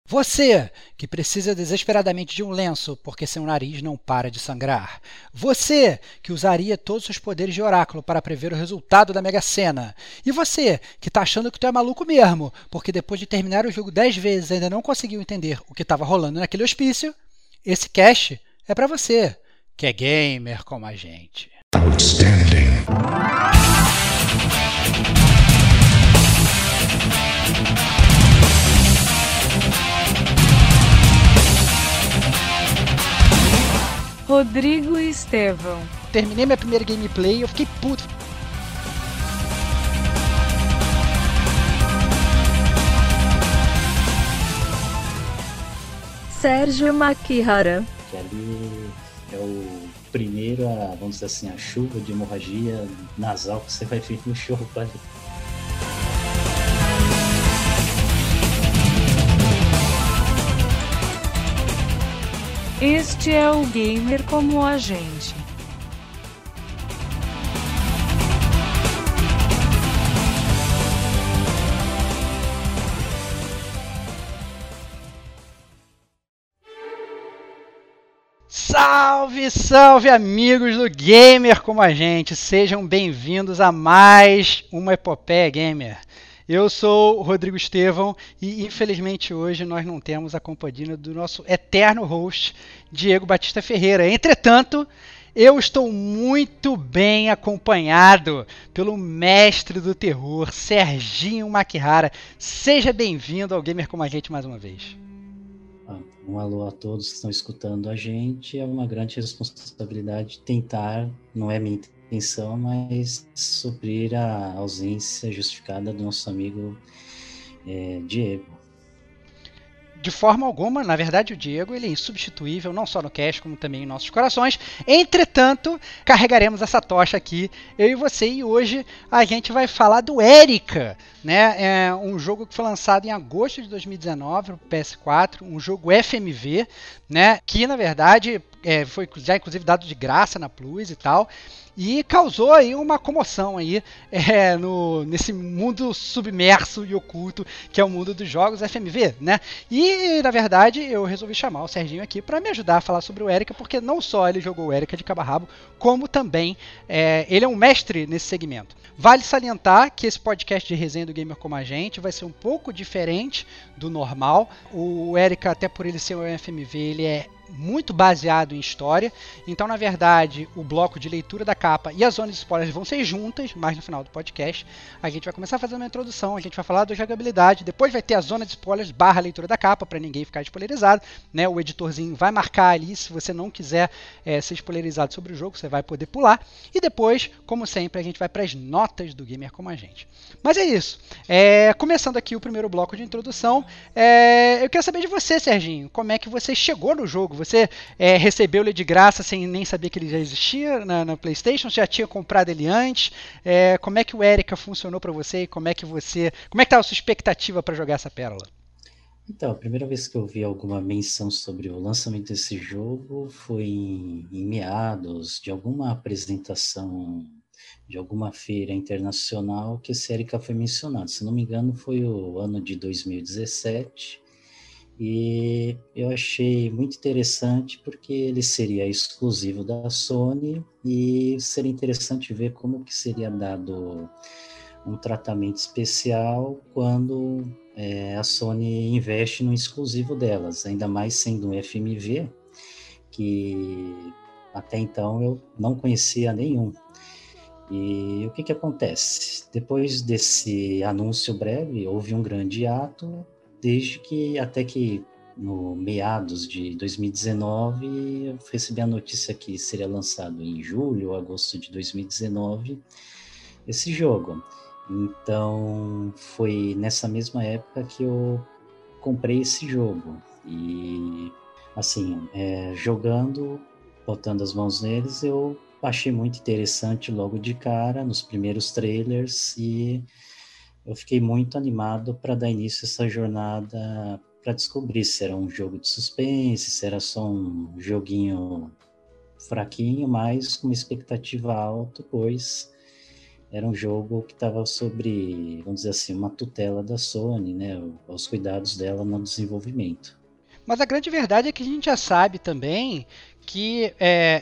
Você, que precisa desesperadamente de um lenço porque seu nariz não para de sangrar. Você, que usaria todos os seus poderes de oráculo para prever o resultado da Mega Sena. E você, que está achando que tu é maluco mesmo, porque depois de terminar o jogo 10 vezes ainda não conseguiu entender o que estava rolando naquele hospício, esse cast é para você, que é gamer como a gente. Outstanding. Rodrigo e Estevão. Terminei minha primeira gameplay e eu fiquei puto. Sérgio Makihara. Que ali é o primeiro, vamos dizer assim, a chuva de hemorragia nasal que você vai ver no show. Este é o Gamer como a gente. Salve, salve amigos do Gamer como a gente, sejam bem-vindos a mais uma Epopeia Gamer. Eu sou o Rodrigo Estevão e infelizmente hoje nós não temos a companhia do nosso eterno host, Diego Batista Ferreira. Entretanto, eu estou muito bem acompanhado pelo mestre do terror, Serginho Makihara. Seja bem-vindo ao Gamer como a gente mais uma vez. Um alô a todos que estão escutando a gente. É uma grande responsabilidade tentar, não é minha intenção, mas suprir a ausência justificada do nosso amigo Diego. De forma alguma, na verdade o Diego ele é insubstituível, não só no cast, como também em nossos corações. Entretanto, carregaremos essa tocha aqui, eu e você, e hoje a gente vai falar do Erika, né? É um jogo que foi lançado em agosto de 2019 para o PS4, um jogo FMV, né? Que na verdade foi já inclusive dado de graça na Plus e tal. E causou aí uma comoção aí, nesse mundo submerso e oculto que é o mundo dos jogos FMV, né? E, na verdade, eu resolvi chamar o Serginho aqui para me ajudar a falar sobre o Erika, porque não só ele jogou o Erika de cabo a rabo, como também ele é um mestre nesse segmento. Vale salientar que esse podcast de resenha do Gamer como a gente vai ser um pouco diferente do normal. O Erika, até por ele ser um FMV, ele é muito baseado em história, então na verdade o bloco de leitura da capa e a zona de spoilers vão ser juntas, mas no final do podcast a gente vai começar a fazer uma introdução, a gente vai falar da jogabilidade, depois vai ter a zona de spoilers barra leitura da capa para ninguém ficar spoilerizado, né? O editorzinho vai marcar ali, se você não quiser ser spoilerizado sobre o jogo, você vai poder pular, e depois, como sempre, a gente vai para as notas do Gamer como a gente. Mas é isso, começando aqui o primeiro bloco de introdução, eu quero saber de você, Serginho, como é que você chegou no jogo? Você recebeu ele de graça sem nem saber que ele já existia na PlayStation? Você já tinha comprado ele antes? Como é que o Erika funcionou para você? E como é que tá a sua expectativa para jogar essa pérola? Então, a primeira vez que eu vi alguma menção sobre o lançamento desse jogo foi em meados de alguma apresentação de alguma feira internacional que esse Erika foi mencionado. Se não me engano, foi o ano de 2017. E eu achei muito interessante porque ele seria exclusivo da Sony e seria interessante ver como que seria dado um tratamento especial quando a Sony investe no exclusivo delas, ainda mais sendo um FMV, que até então eu não conhecia nenhum. E o que acontece? Depois desse anúncio breve, houve um grande ato, desde que, até que no meados de 2019, eu recebi a notícia que seria lançado em julho ou agosto de 2019 esse jogo. Então, foi nessa mesma época que eu comprei esse jogo. E, assim, jogando, botando as mãos neles, eu achei muito interessante logo de cara, nos primeiros trailers, e eu fiquei muito animado para dar início a essa jornada para descobrir se era um jogo de suspense, se era só um joguinho fraquinho, mas com uma expectativa alta, pois era um jogo que estava sobre, vamos dizer assim, uma tutela da Sony, né, os cuidados dela no desenvolvimento. Mas a grande verdade é que a gente já sabe também que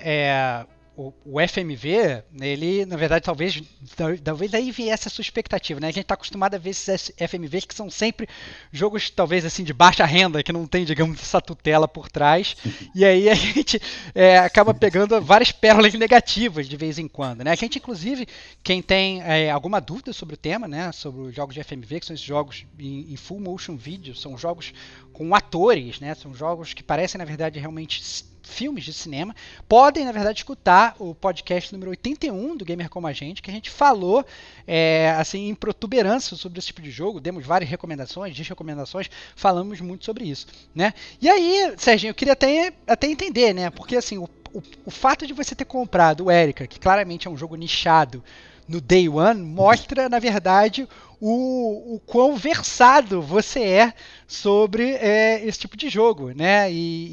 o FMV, ele, na verdade, talvez aí viesse a sua expectativa, né? A gente está acostumado a ver esses FMVs que são sempre jogos, talvez, assim, de baixa renda, que não tem, digamos, essa tutela por trás, e aí a gente acaba pegando várias pérolas negativas de vez em quando, né? A gente, inclusive, quem tem alguma dúvida sobre o tema, né? Sobre os jogos de FMV, que são esses jogos em full motion video, são jogos com atores, né? São jogos que parecem, na verdade, realmente filmes de cinema, podem, na verdade, escutar o podcast número 81 do Gamer Como a Gente, que a gente falou assim, em protuberância sobre esse tipo de jogo, demos várias recomendações, desrecomendações, falamos muito sobre isso, né? E aí, Serginho, eu queria até entender, né? Porque, assim, o fato de você ter comprado o Erika, que claramente é um jogo nichado, no Day One, mostra, na verdade, o quão versado você é sobre esse tipo de jogo, né?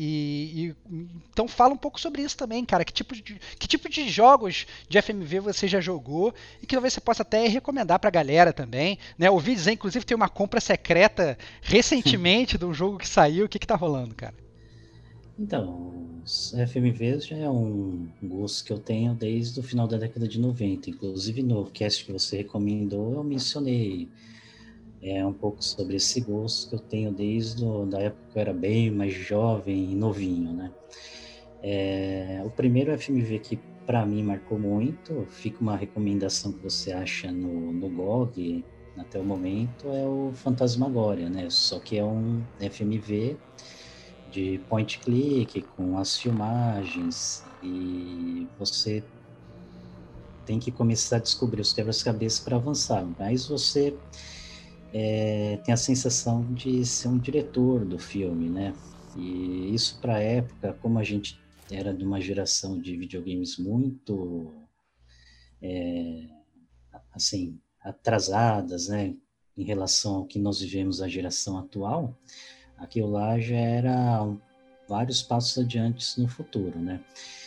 Então fala um pouco sobre isso também, cara. Que tipo de jogos de FMV você já jogou e que talvez você possa até recomendar pra galera também, né? Ouvi dizer, inclusive, tem uma compra secreta recentemente de um jogo que saiu. O que tá rolando, cara? Então, os FMVs já é um gosto que eu tenho desde o final da década de 90. Inclusive no cast que você recomendou, eu mencionei um pouco sobre esse gosto que eu tenho desde da época que eu era bem mais jovem e novinho, né? O primeiro FMV que para mim marcou muito, fica uma recomendação que você acha no GOG até o momento, é o Phantasmagoria, né? Só que é um FMV de point click, com as filmagens, e você tem que começar a descobrir os quebra-cabeças para avançar, mas você tem a sensação de ser um diretor do filme, né? E isso para a época, como a gente era de uma geração de videogames muito assim, atrasadas, né, em relação ao que nós vivemos a geração atual, aquilo lá já era vários passos adiante no futuro, né?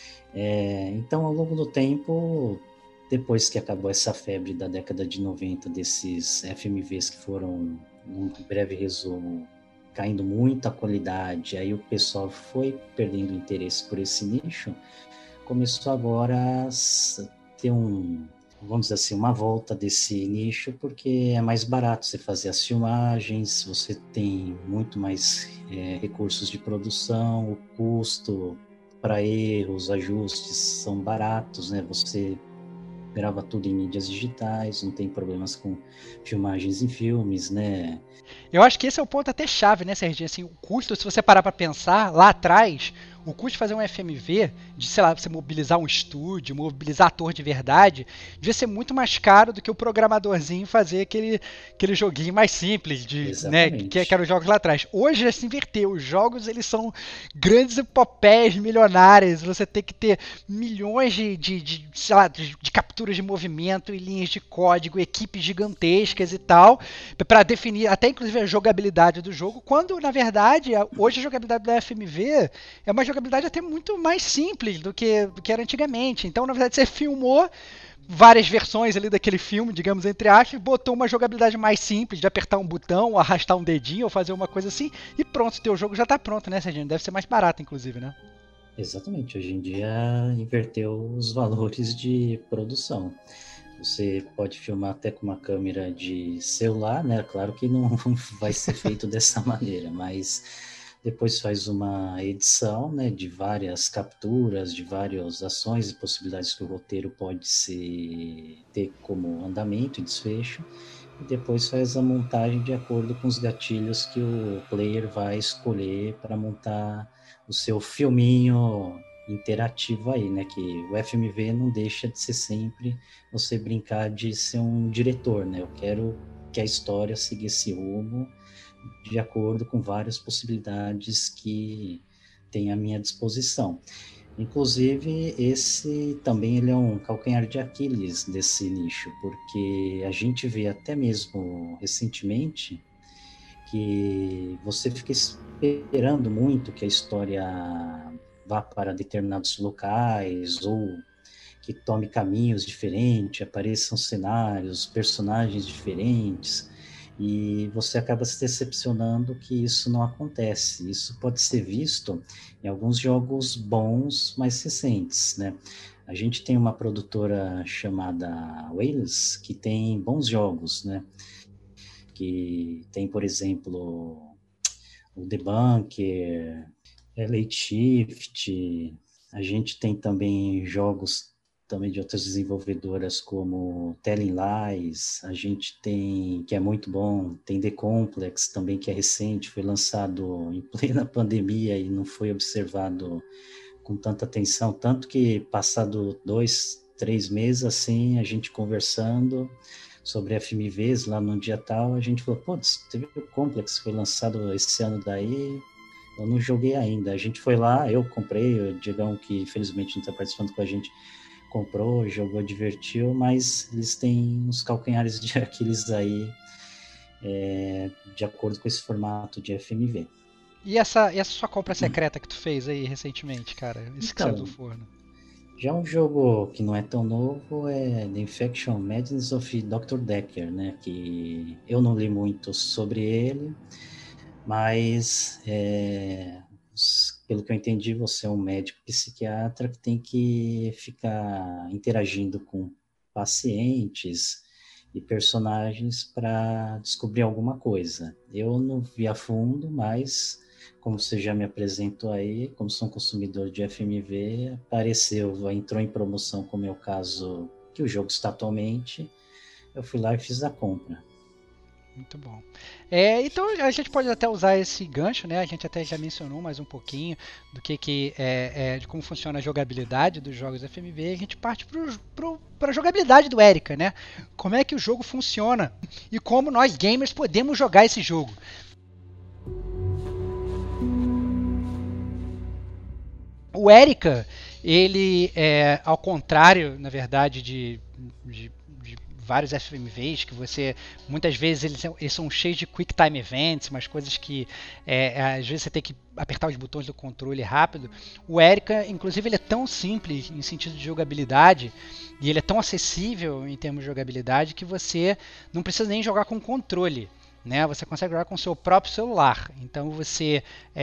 Então, ao longo do tempo, depois que acabou essa febre da década de 90 desses FMVs que foram, num breve resumo, caindo muito a qualidade, aí o pessoal foi perdendo interesse por esse nicho, começou agora a ter vamos dizer assim, uma volta desse nicho, porque é mais barato você fazer as filmagens, você tem muito mais recursos de produção, o custo para erros, ajustes são baratos, né? Você grava tudo em mídias digitais, não tem problemas com filmagens em filmes, né? Eu acho que esse é o ponto até chave, né, Serginho? Assim, o custo, se você parar para pensar, lá atrás, o custo de fazer um FMV, de, sei lá, você mobilizar um estúdio, mobilizar ator de verdade, devia ser muito mais caro do que o programadorzinho fazer aquele joguinho mais simples, né, que Exatamente. eram os jogos lá atrás. Hoje já se inverteu, os jogos eles são grandes epopeias milionárias, você tem que ter milhões sei lá, de capturas de movimento e linhas de código, equipes gigantescas e tal, para definir até inclusive a jogabilidade do jogo, quando na verdade hoje a jogabilidade da FMV é uma jogabilidade até muito mais simples do que era antigamente. Então, na verdade, você filmou várias versões ali daquele filme, digamos, entre aspas, botou uma jogabilidade mais simples, de apertar um botão, arrastar um dedinho, ou fazer uma coisa assim, e pronto, teu jogo já tá pronto, né, Serginho? Deve ser mais barato, inclusive, né? Exatamente. Hoje em dia inverteu os valores de produção. Você pode filmar até com uma câmera de celular, né? Claro que não vai ser feito dessa maneira, mas depois faz uma edição, né, de várias capturas, de várias ações e possibilidades que o roteiro pode ter como andamento e desfecho, e depois faz a montagem de acordo com os gatilhos que o player vai escolher para montar o seu filminho interativo aí, né? Que o FMV não deixa de ser sempre você brincar de ser um diretor, né? Eu quero que a história siga esse rumo de acordo com várias possibilidades que tem à minha disposição. Inclusive, esse também ele é um calcanhar de Aquiles desse nicho, porque a gente vê até mesmo recentemente que você fica esperando muito que a história vá para determinados locais ou que tome caminhos diferentes, apareçam cenários, personagens diferentes, e você acaba se decepcionando que isso não acontece. Isso pode ser visto em alguns jogos bons mais recentes, né? A gente tem uma produtora chamada Wales, que tem bons jogos, né? Que tem, por exemplo, o The Bunker, Late Shift. A gente tem também jogos também de outras desenvolvedoras como Telling Lies. A gente tem, que é muito bom, tem The Complex também, que é recente, foi lançado em plena pandemia e não foi observado com tanta atenção, tanto que passado 2, 3 meses assim, a gente conversando sobre FMVs lá no dia tal, a gente falou, putz, teve o Complex, foi lançado esse ano daí, eu não joguei ainda. A gente foi lá, eu comprei, o Diegão, que infelizmente não está participando com a gente, comprou, jogou, divertiu, mas eles têm uns calcanhares de Aquiles aí, de acordo com esse formato de FMV. E essa sua compra secreta que tu fez aí recentemente, cara? Isso que saiu do forno. Já um jogo que não é tão novo é The Infection Madness of Dr. Decker, né? Que eu não li muito sobre ele, mas pelo que eu entendi, você é um médico psiquiatra que tem que ficar interagindo com pacientes e personagens para descobrir alguma coisa. Eu não vi a fundo, mas como você já me apresentou aí, como sou um consumidor de FMV, apareceu, entrou em promoção, como é o caso que o jogo está atualmente, eu fui lá e fiz a compra. Muito bom. Então a gente pode até usar esse gancho, né? A gente até já mencionou mais um pouquinho do que de como funciona a jogabilidade dos jogos FMV. E a gente parte para a jogabilidade do Erika, né? Como é que o jogo funciona e como nós gamers podemos jogar esse jogo. O Erika, ele ao contrário, na verdade, de vários FMVs que você, muitas vezes eles são cheios de quick time events, umas coisas que às vezes você tem que apertar os botões do controle rápido. O Erika, inclusive, ele é tão simples em sentido de jogabilidade e ele é tão acessível em termos de jogabilidade que você não precisa nem jogar com controle. Né, você consegue jogar com o seu próprio celular. Então você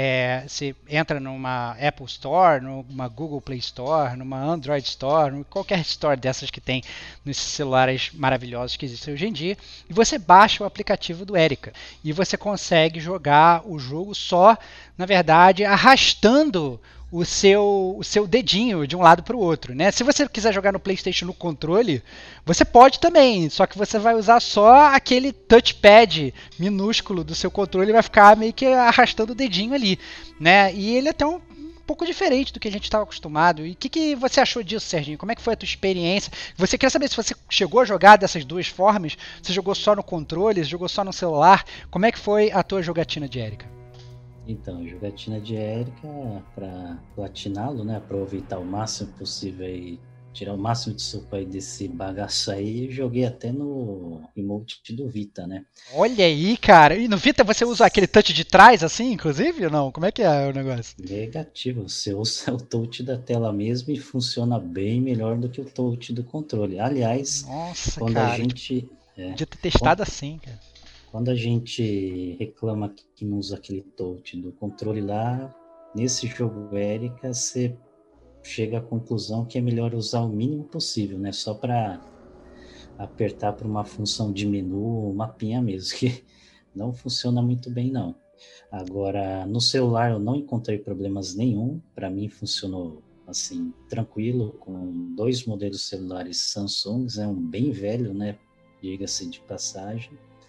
entra numa Apple Store, numa Google Play Store, numa Android Store, qualquer store dessas que tem nesses celulares maravilhosos que existem hoje em dia, e você baixa o aplicativo do Erika. E você consegue jogar o jogo só, na verdade, arrastando o seu dedinho de um lado para o outro, né? Se você quiser jogar no PlayStation no controle, você pode também, só que você vai usar só aquele touchpad minúsculo do seu controle e vai ficar meio que arrastando o dedinho ali, né? E ele é até um pouco diferente do que a gente estava acostumado. E o que você achou disso, Serginho? Como é que foi a tua experiência? Você quer saber se você chegou a jogar dessas duas formas? Você jogou só no controle? Você jogou só no celular? Como é que foi a tua jogatina de Erika? Então, jogatina de Erika, para platiná-lo, né? Aproveitar o máximo possível e tirar o máximo de suco aí desse bagaço aí, joguei até no emote do Vita, né? Olha aí, cara. E no Vita você usa aquele touch de trás, assim, inclusive, ou não? Como é que é o negócio? Negativo. Você usa o touch da tela mesmo e funciona bem melhor do que o touch do controle. Aliás, nossa, quando cara, a gente... podia ter testado assim, cara. Quando a gente reclama que não usa aquele touch do controle lá, nesse jogo Erika, você chega à conclusão que é melhor usar o mínimo possível, né? Só para apertar para uma função de menu, mapinha mesmo, que não funciona muito bem, não. Agora, no celular eu não encontrei problemas nenhum, para mim funcionou assim, tranquilo, com 2 modelos celulares Samsung, é um bem velho, né? Diga-se de passagem.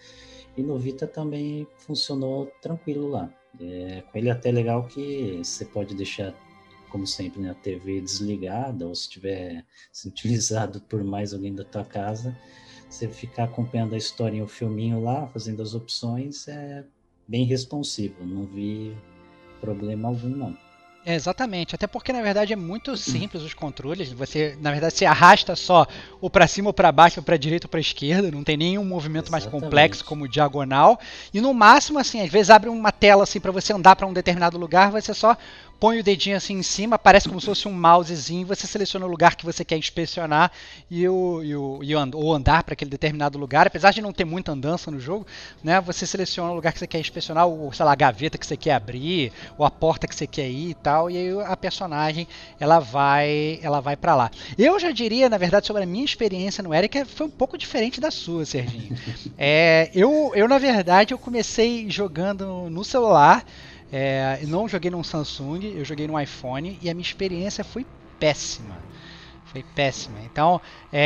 E no Vita também funcionou tranquilo lá. Com ele é até legal que você pode deixar, como sempre, né, a TV desligada, ou se tiver se utilizado por mais alguém da tua casa, você ficar acompanhando a historinha, o filminho lá, fazendo as opções, é bem responsivo. Não vi problema algum, não. É, exatamente, até porque na verdade é muito simples os controles. Você, na verdade, se arrasta só ou para cima ou para baixo, ou para direita ou para esquerda, não tem nenhum movimento mais complexo Exatamente. como diagonal. E no máximo, assim, às vezes abre uma tela assim para você andar para um determinado lugar, você só põe o dedinho assim em cima, parece como se fosse um mousezinho, você seleciona o lugar que você quer inspecionar ou andar para aquele determinado lugar. Apesar de não ter muita andança no jogo, né, você seleciona o lugar que você quer inspecionar, ou sei lá, a gaveta que você quer abrir, ou a porta que você quer ir e tal, e aí a personagem ela vai para lá. Eu já diria, na verdade, sobre a minha experiência no Eric, foi um pouco diferente da sua, Serginho. Eu na verdade, eu comecei jogando no celular. Não joguei num Samsung, eu joguei no iPhone e a minha experiência foi péssima. Foi péssima. Então,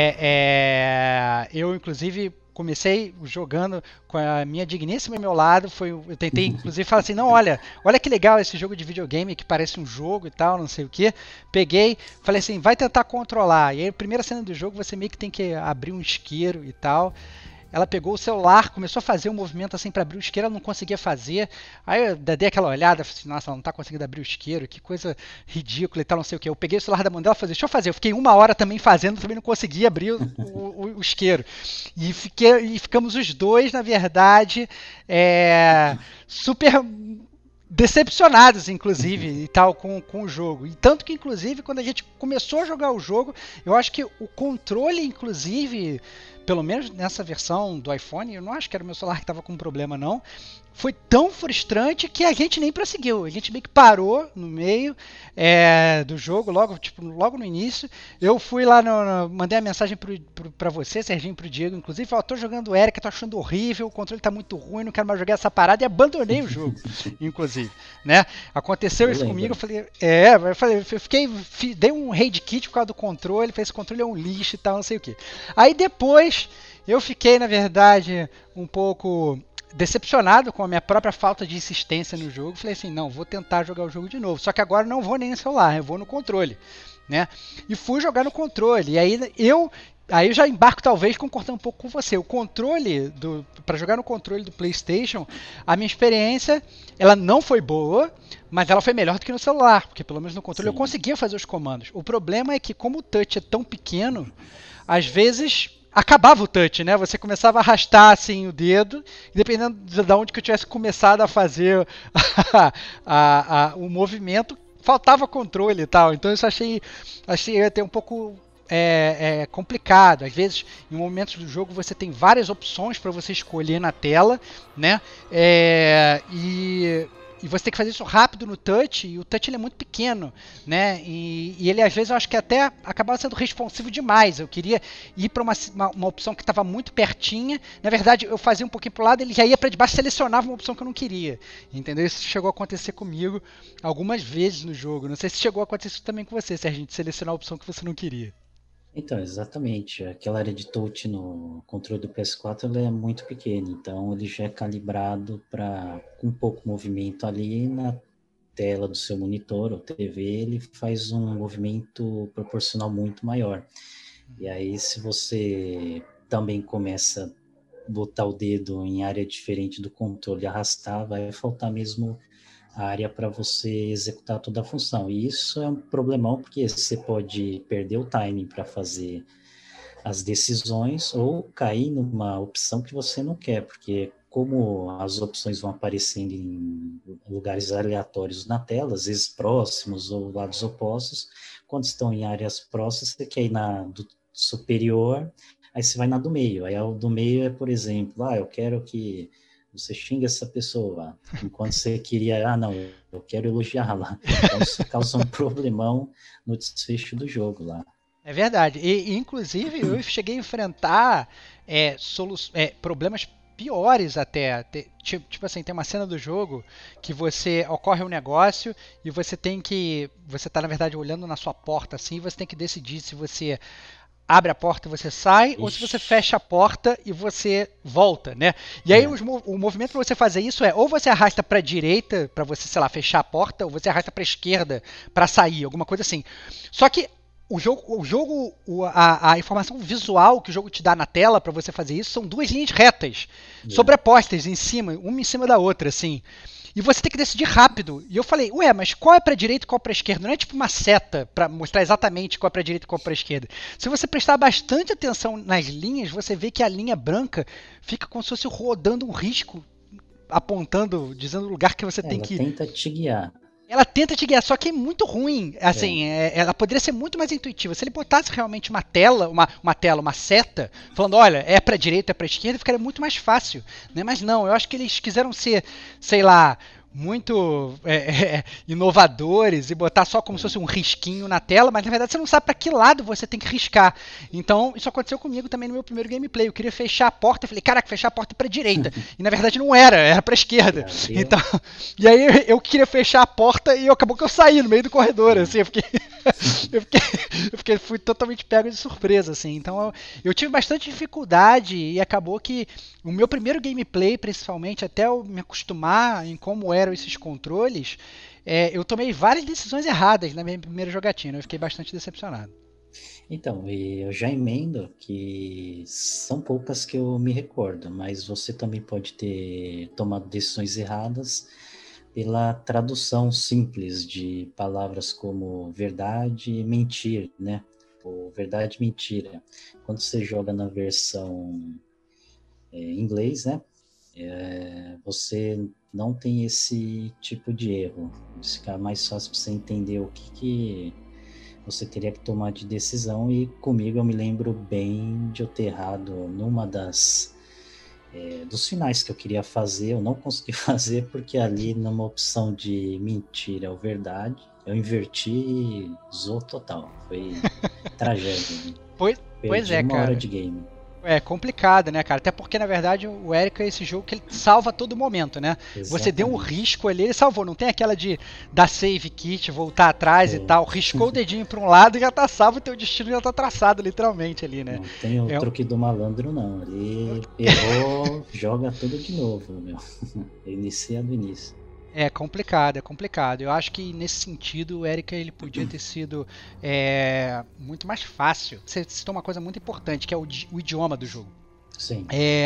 eu inclusive comecei jogando com a minha digníssima ao meu lado. Eu tentei inclusive falar assim, não, olha que legal esse jogo de videogame que parece um jogo e tal, não sei o que. Peguei, falei assim, vai tentar controlar. E aí, a primeira cena do jogo, você meio que tem que abrir um isqueiro e tal. Ela pegou o celular, começou a fazer um movimento assim para abrir o isqueiro, ela não conseguia fazer. Aí eu dei aquela olhada, falei assim, nossa, ela não tá conseguindo abrir o isqueiro, que coisa ridícula e tal, não sei o que. Eu peguei o celular da mão dela e falei, deixa eu fazer. Eu fiquei 1 hora também fazendo, também não conseguia abrir o isqueiro. E ficamos os dois, na verdade, super decepcionados, inclusive, e tal, com o jogo. E tanto que, inclusive, quando a gente começou a jogar o jogo, eu acho que o controle, inclusive, pelo menos nessa versão do iPhone, eu não acho que era o meu celular que estava com problema, não. Foi tão frustrante que a gente nem prosseguiu. A gente meio que parou no meio do jogo, logo no início. Eu fui lá, mandei a mensagem para você, Serginho, pro Diego, inclusive, falei, tô jogando Eric, tô achando horrível, o controle tá muito ruim, não quero mais jogar essa parada, e abandonei o jogo, inclusive, né? Aconteceu Eu isso lembro. comigo, eu falei, dei um raid kit por causa do controle, falei, esse controle é um lixo e tal, não sei o que. Aí depois, eu fiquei, na verdade, um pouco decepcionado com a minha própria falta de insistência no jogo. Falei assim, não, vou tentar jogar o jogo de novo. Só que agora não vou nem no celular, eu vou no controle, né? E fui jogar no controle. E aí eu já embarco talvez concordando um pouco com você. O controle para jogar no controle do PlayStation, a minha experiência, ela não foi boa, mas ela foi melhor do que no celular, porque pelo menos no controle eu Sim. conseguia fazer os comandos. O problema é que como o touch é tão pequeno, às vezes acabava o touch, né? Você começava a arrastar assim o dedo, e dependendo de onde que eu tivesse começado a fazer o movimento, faltava controle e tal. Então isso achei até um pouco complicado. Às vezes, em momentos do jogo, você tem várias opções para você escolher na tela, né? E você tem que fazer isso rápido no touch, e o touch ele é muito pequeno, né? E ele, às vezes, eu acho que até acabava sendo responsivo demais. Eu queria ir para uma opção que estava muito pertinha. Na verdade, eu fazia um pouquinho para o lado, ele já ia para debaixo e selecionava uma opção que eu não queria. Entendeu? Isso chegou a acontecer comigo algumas vezes no jogo. Não sei se chegou a acontecer isso também com você, Serginho, de selecionar a opção que você não queria. Então, exatamente. Aquela área de touch no controle do PS4 ela é muito pequena, então ele já é calibrado para, com pouco movimento ali na tela do seu monitor ou TV, ele faz um movimento proporcional muito maior. E aí, se você também começa a botar o dedo em área diferente do controle e arrastar, vai faltar mesmo a área para você executar toda a função. E isso é um problemão, porque você pode perder o timing para fazer as decisões ou cair numa opção que você não quer, porque como as opções vão aparecendo em lugares aleatórios na tela, às vezes próximos ou lados opostos, quando estão em áreas próximas, você quer ir na do superior, aí você vai na do meio. Aí a do meio é, por exemplo, eu quero que você xinga essa pessoa, enquanto você queria, não, eu quero elogiá-la. Então isso causa um problemão no desfecho do jogo lá. É verdade. Inclusive, eu cheguei a enfrentar problemas piores até. Tipo assim, tem uma cena do jogo que ocorre um negócio e você tá na verdade olhando na sua porta assim, e você tem que decidir se você abre a porta e você sai, ou se você fecha a porta e você volta, né? E aí o movimento para você fazer isso ou você arrasta para a direita para você, sei lá, fechar a porta, ou você arrasta para a esquerda para sair, alguma coisa assim. Só que a informação visual que o jogo te dá na tela para você fazer isso são duas linhas retas, sobrepostas em cima, uma em cima da outra, assim. e você tem que decidir rápido. E eu falei, ué, mas qual é pra direita e qual é pra esquerda? Não é tipo uma seta pra mostrar exatamente qual é pra direita e qual é pra esquerda. Se você prestar bastante atenção nas linhas, você vê que a linha branca fica como se fosse rodando um risco, apontando, dizendo o lugar que você tem Ela que ir. tenta te guiar. Ela tenta te guiar, só que é muito ruim. Assim, ela poderia ser muito mais intuitiva. Se ele botasse realmente uma seta, falando, olha, é pra direita, é pra esquerda, ficaria muito mais fácil. Né? Mas não, eu acho que eles quiseram ser, sei lá, muito inovadores e botar só como se fosse um risquinho na tela, mas na verdade você não sabe para que lado você tem que riscar. Então, isso aconteceu comigo também no meu primeiro gameplay. Eu queria fechar a porta, eu falei, caraca, fechar a porta para direita. E na verdade não era para esquerda. Então, e aí eu queria fechar a porta e acabou que eu saí no meio do corredor, assim, fui totalmente pego de surpresa, assim. Então, eu tive bastante dificuldade e acabou que o meu primeiro gameplay, principalmente, até eu me acostumar em como eram esses controles, eu tomei várias decisões erradas na minha primeira jogatina. Eu fiquei bastante decepcionado. Então, e eu já emendo que são poucas que eu me recordo, mas você também pode ter tomado decisões erradas pela tradução simples de palavras como verdade e mentir, né? Ou verdade e mentira. Quando você joga na versão em inglês, né? Você não tem esse tipo de erro. Fica mais fácil para você entender o que você teria que tomar de decisão. E comigo eu me lembro bem de eu ter errado numa dos finais que eu queria fazer. Eu não consegui fazer porque ali numa opção de mentira ou verdade eu inverti e zoou total. Foi tragédia. Né? Pois é, uma cara. hora de game. É complicado, né, cara? Até porque, na verdade, o Erika é esse jogo que ele salva a todo momento, né? Exatamente. Você deu um risco ali, ele salvou. Não tem aquela de dar save kit, voltar atrás e tal. Riscou o dedinho pra um lado e já tá salvo, o teu destino já tá traçado, literalmente, ali, né? Não tem o truque do malandro, não. Ele errou, joga tudo de novo, meu. Inicia do início. É complicado, é complicado. Eu acho que nesse sentido o Erika ele podia ter sido muito mais fácil. Você citou uma coisa muito importante, que é o idioma do jogo. Sim.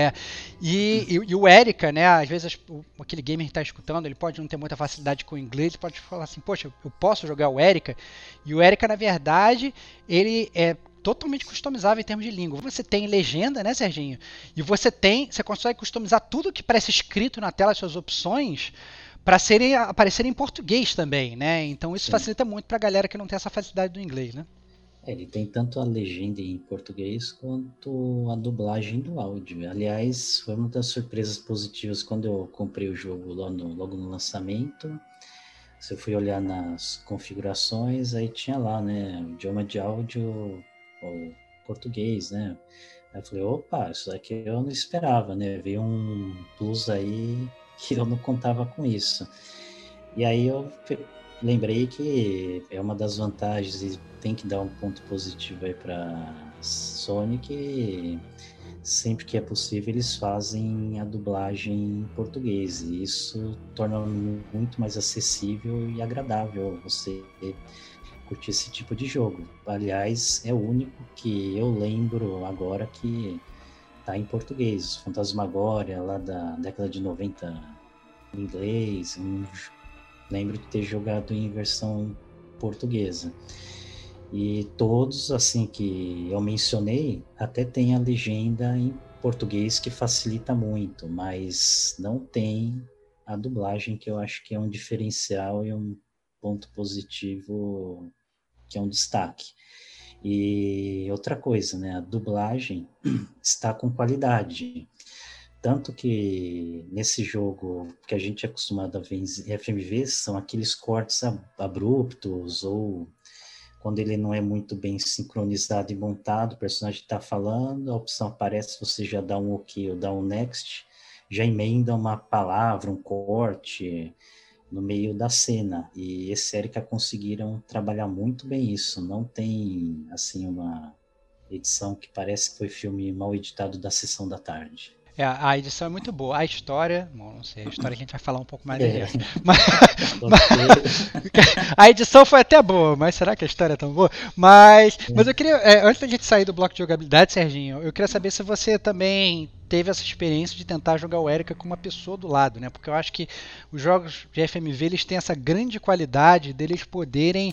E o Erika, né, às vezes aquele gamer que está escutando, ele pode não ter muita facilidade com o inglês, ele pode falar assim, poxa, eu posso jogar o Erika? E o Erika, na verdade, ele é totalmente customizável em termos de língua. Você tem legenda, né, Serginho? E você consegue customizar tudo que parece escrito na tela, as suas opções, para aparecerem em português também, né? Então isso facilita muito para a galera que não tem essa facilidade do inglês, né? Ele tem tanto a legenda em português quanto a dublagem do áudio. Aliás, foi uma das surpresas positivas quando eu comprei o jogo logo no lançamento. Se eu fui olhar nas configurações, aí tinha lá, né, o idioma de áudio ou português, né? Aí eu falei, opa, isso daqui eu não esperava, né? Veio um plus aí que eu não contava com isso. E aí eu lembrei que é uma das vantagens e tem que dar um ponto positivo aí para Sony, que sempre que é possível eles fazem a dublagem em português, e isso torna muito mais acessível e agradável você curtir esse tipo de jogo. Aliás, é o único que eu lembro agora que tá em português. Phantasmagoria, lá da década de 90, em inglês. Lembro de ter jogado em versão portuguesa. E todos, assim, que eu mencionei, até tem a legenda em português, que facilita muito, mas não tem a dublagem, que eu acho que é um diferencial e um ponto positivo, que é um destaque. E outra coisa, né? A dublagem está com qualidade. Tanto que nesse jogo que a gente é acostumado a ver em FMV, são aqueles cortes abruptos, ou quando ele não é muito bem sincronizado e montado, o personagem está falando, a opção aparece, você já dá um OK ou dá um next, já emenda uma palavra, um corte no meio da cena. E esse Erika conseguiram trabalhar muito bem isso. Não tem, assim, uma edição que parece que foi filme mal editado da Sessão da Tarde. A edição é muito boa. A história, não sei, a história que a gente vai falar um pouco mais adiante. A edição foi até boa, mas será que a história é tão boa? Mas eu queria, antes da gente sair do bloco de jogabilidade, Serginho, eu queria saber se você também teve essa experiência de tentar jogar o Erika com uma pessoa do lado, né? Porque eu acho que os jogos de FMV eles têm essa grande qualidade deles poderem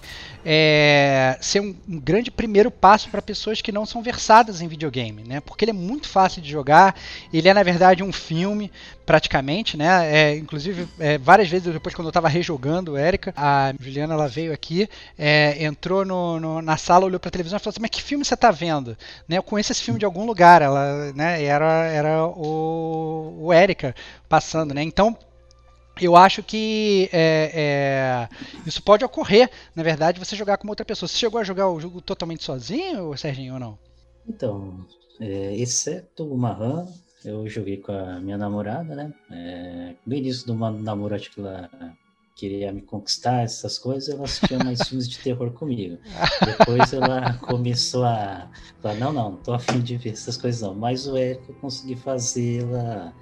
ser um grande primeiro passo para pessoas que não são versadas em videogame, né? Porque ele é muito fácil de jogar, ele é na verdade um filme praticamente, né? Inclusive várias vezes depois quando eu estava rejogando o Erika, a Juliana ela veio aqui, entrou na sala, olhou para a televisão e falou assim: mas que filme você está vendo? Né? Eu conheço esse filme de algum lugar, ela, né? Era o Erika passando, né? Então eu acho que isso pode ocorrer, na verdade, você jogar com outra pessoa. Você chegou a jogar o jogo totalmente sozinho, Serginho, ou não? Então, exceto o Mahan, eu joguei com a minha namorada, né? No início do namoro, acho que ela queria me conquistar, essas coisas, ela assistia mais filmes de terror comigo. Depois ela começou a falar, não tô afim de ver essas coisas não. Mas o Eric eu consegui fazê-la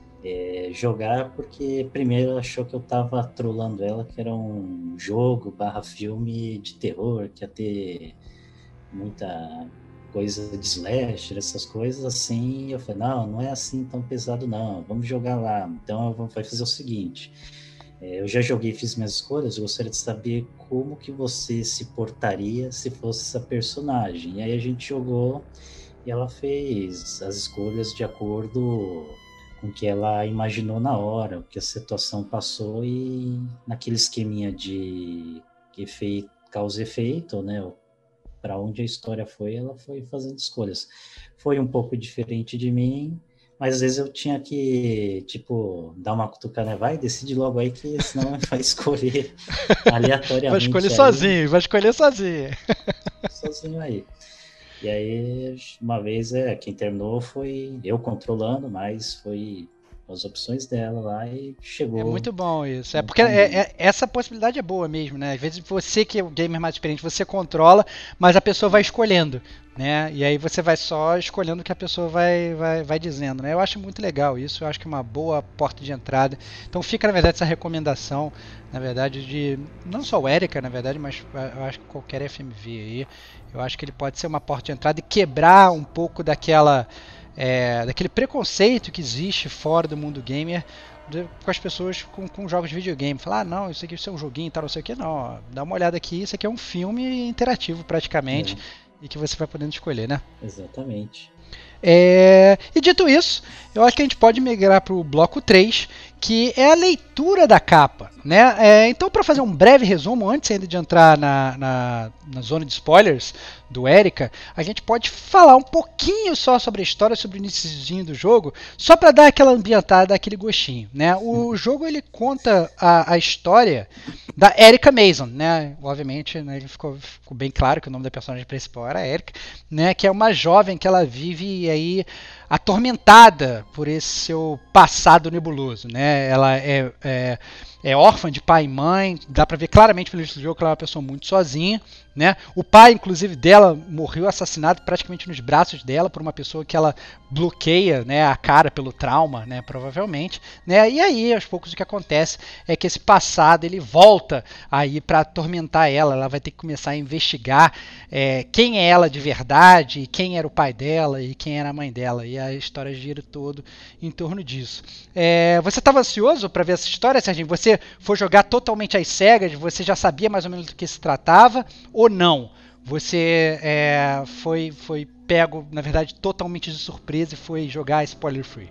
jogar, porque primeiro ela achou que eu tava trolando ela, que era um jogo / filme de terror, que ia ter muita coisa de slasher, essas coisas assim. Eu falei, não é assim tão pesado não, vamos jogar lá. Então vai fazer o seguinte, eu já joguei, fiz minhas escolhas, eu gostaria de saber como que você se portaria se fosse essa personagem. E aí a gente jogou e ela fez as escolhas de acordo com o que ela imaginou na hora, o que a situação passou, e naquele esqueminha de efeito, causa e efeito, né? Para onde a história foi, ela foi fazendo escolhas. Foi um pouco diferente de mim, mas às vezes eu tinha que, tipo, dar uma cutucada, né? Vai, decide logo aí, que senão vai escolher aleatoriamente. Vai escolher sozinho, vai escolher sozinho. Sozinho aí. E aí, uma vez, quem terminou foi eu controlando, mas foi as opções dela lá e chegou. É muito bom isso. Porque essa possibilidade é boa mesmo, né? Às vezes você que é o gamer mais experiente, você controla, mas a pessoa vai escolhendo, né? E aí você vai só escolhendo o que a pessoa vai dizendo, né? Eu acho muito legal isso, eu acho que é uma boa porta de entrada. Então fica, na verdade, essa recomendação, na verdade, de não só o Erika, na verdade, mas eu acho que qualquer FMV aí, eu acho que ele pode ser uma porta de entrada e quebrar um pouco daquele preconceito que existe fora do mundo gamer com as pessoas com jogos de videogame. Falar, não, isso aqui é um joguinho e tal, não sei o que, não. Ó, dá uma olhada aqui, isso aqui é um filme interativo praticamente e que você vai podendo escolher, né? Exatamente. E dito isso, eu acho que a gente pode migrar para o bloco 3, que é a leitura da capa, né? Então, para fazer um breve resumo, antes ainda de entrar na zona de spoilers do Erika, a gente pode falar um pouquinho só sobre a história, sobre o iniciozinho do jogo, só para dar aquela ambientada, aquele gostinho, né? O jogo ele conta a história da Erika Mason, né? Obviamente, né, ficou bem claro que o nome da personagem principal era Erika, né? Que é uma jovem que ela vive aí atormentada por esse seu passado nebuloso, né? Ela é órfã de pai e mãe, dá pra ver claramente pelo jogo que ela é uma pessoa muito sozinha, né? O pai, inclusive, dela morreu assassinado praticamente nos braços dela por uma pessoa que ela bloqueia, né, a cara pelo trauma, né, provavelmente, né? E aí, aos poucos, o que acontece é que esse passado ele volta aí para atormentar ela. Ela vai ter que começar a investigar quem é ela de verdade, quem era o pai dela e quem era a mãe dela. E a história gira todo em torno disso. Você estava ansioso para ver essa história, Serginho? Você foi jogar totalmente às cegas? Você já sabia mais ou menos do que se tratava? Ou não? Você foi pego, na verdade, totalmente de surpresa e foi jogar spoiler free?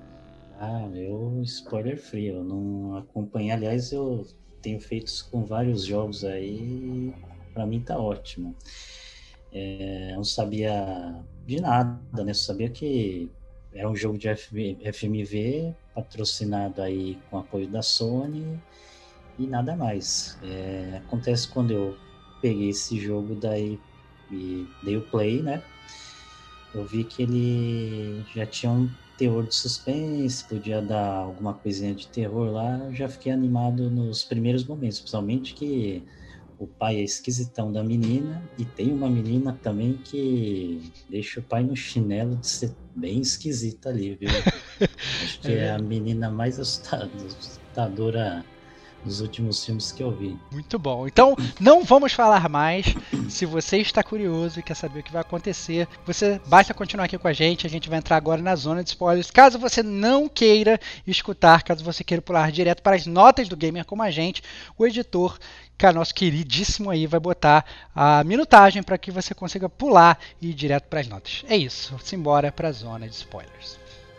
Eu spoiler free, eu não acompanhei. Aliás, eu tenho feito isso com vários jogos aí, pra mim tá ótimo. Eu não sabia de nada, né? Só sabia que era um jogo de FMV, patrocinado aí com apoio da Sony e nada mais. Acontece quando eu peguei esse jogo daí e dei o play, né? Eu vi que ele já tinha um teor de suspense, podia dar alguma coisinha de terror lá. Eu já fiquei animado nos primeiros momentos, principalmente que o pai é esquisitão da menina, e tem uma menina também que deixa o pai no chinelo de ser bem esquisita ali, viu? Acho que é a menina mais assustadora dos últimos filmes que eu vi. Muito bom. Então, não vamos falar mais. Se você está curioso e quer saber o que vai acontecer, você basta continuar aqui com a gente. A gente vai entrar agora na zona de spoilers. Caso você não queira escutar, caso você queira pular direto para as notas do Gamer como a gente, o editor, que é nosso queridíssimo aí, vai botar a minutagem para que você consiga pular e ir direto para as notas. É isso. Simbora para a zona de spoilers.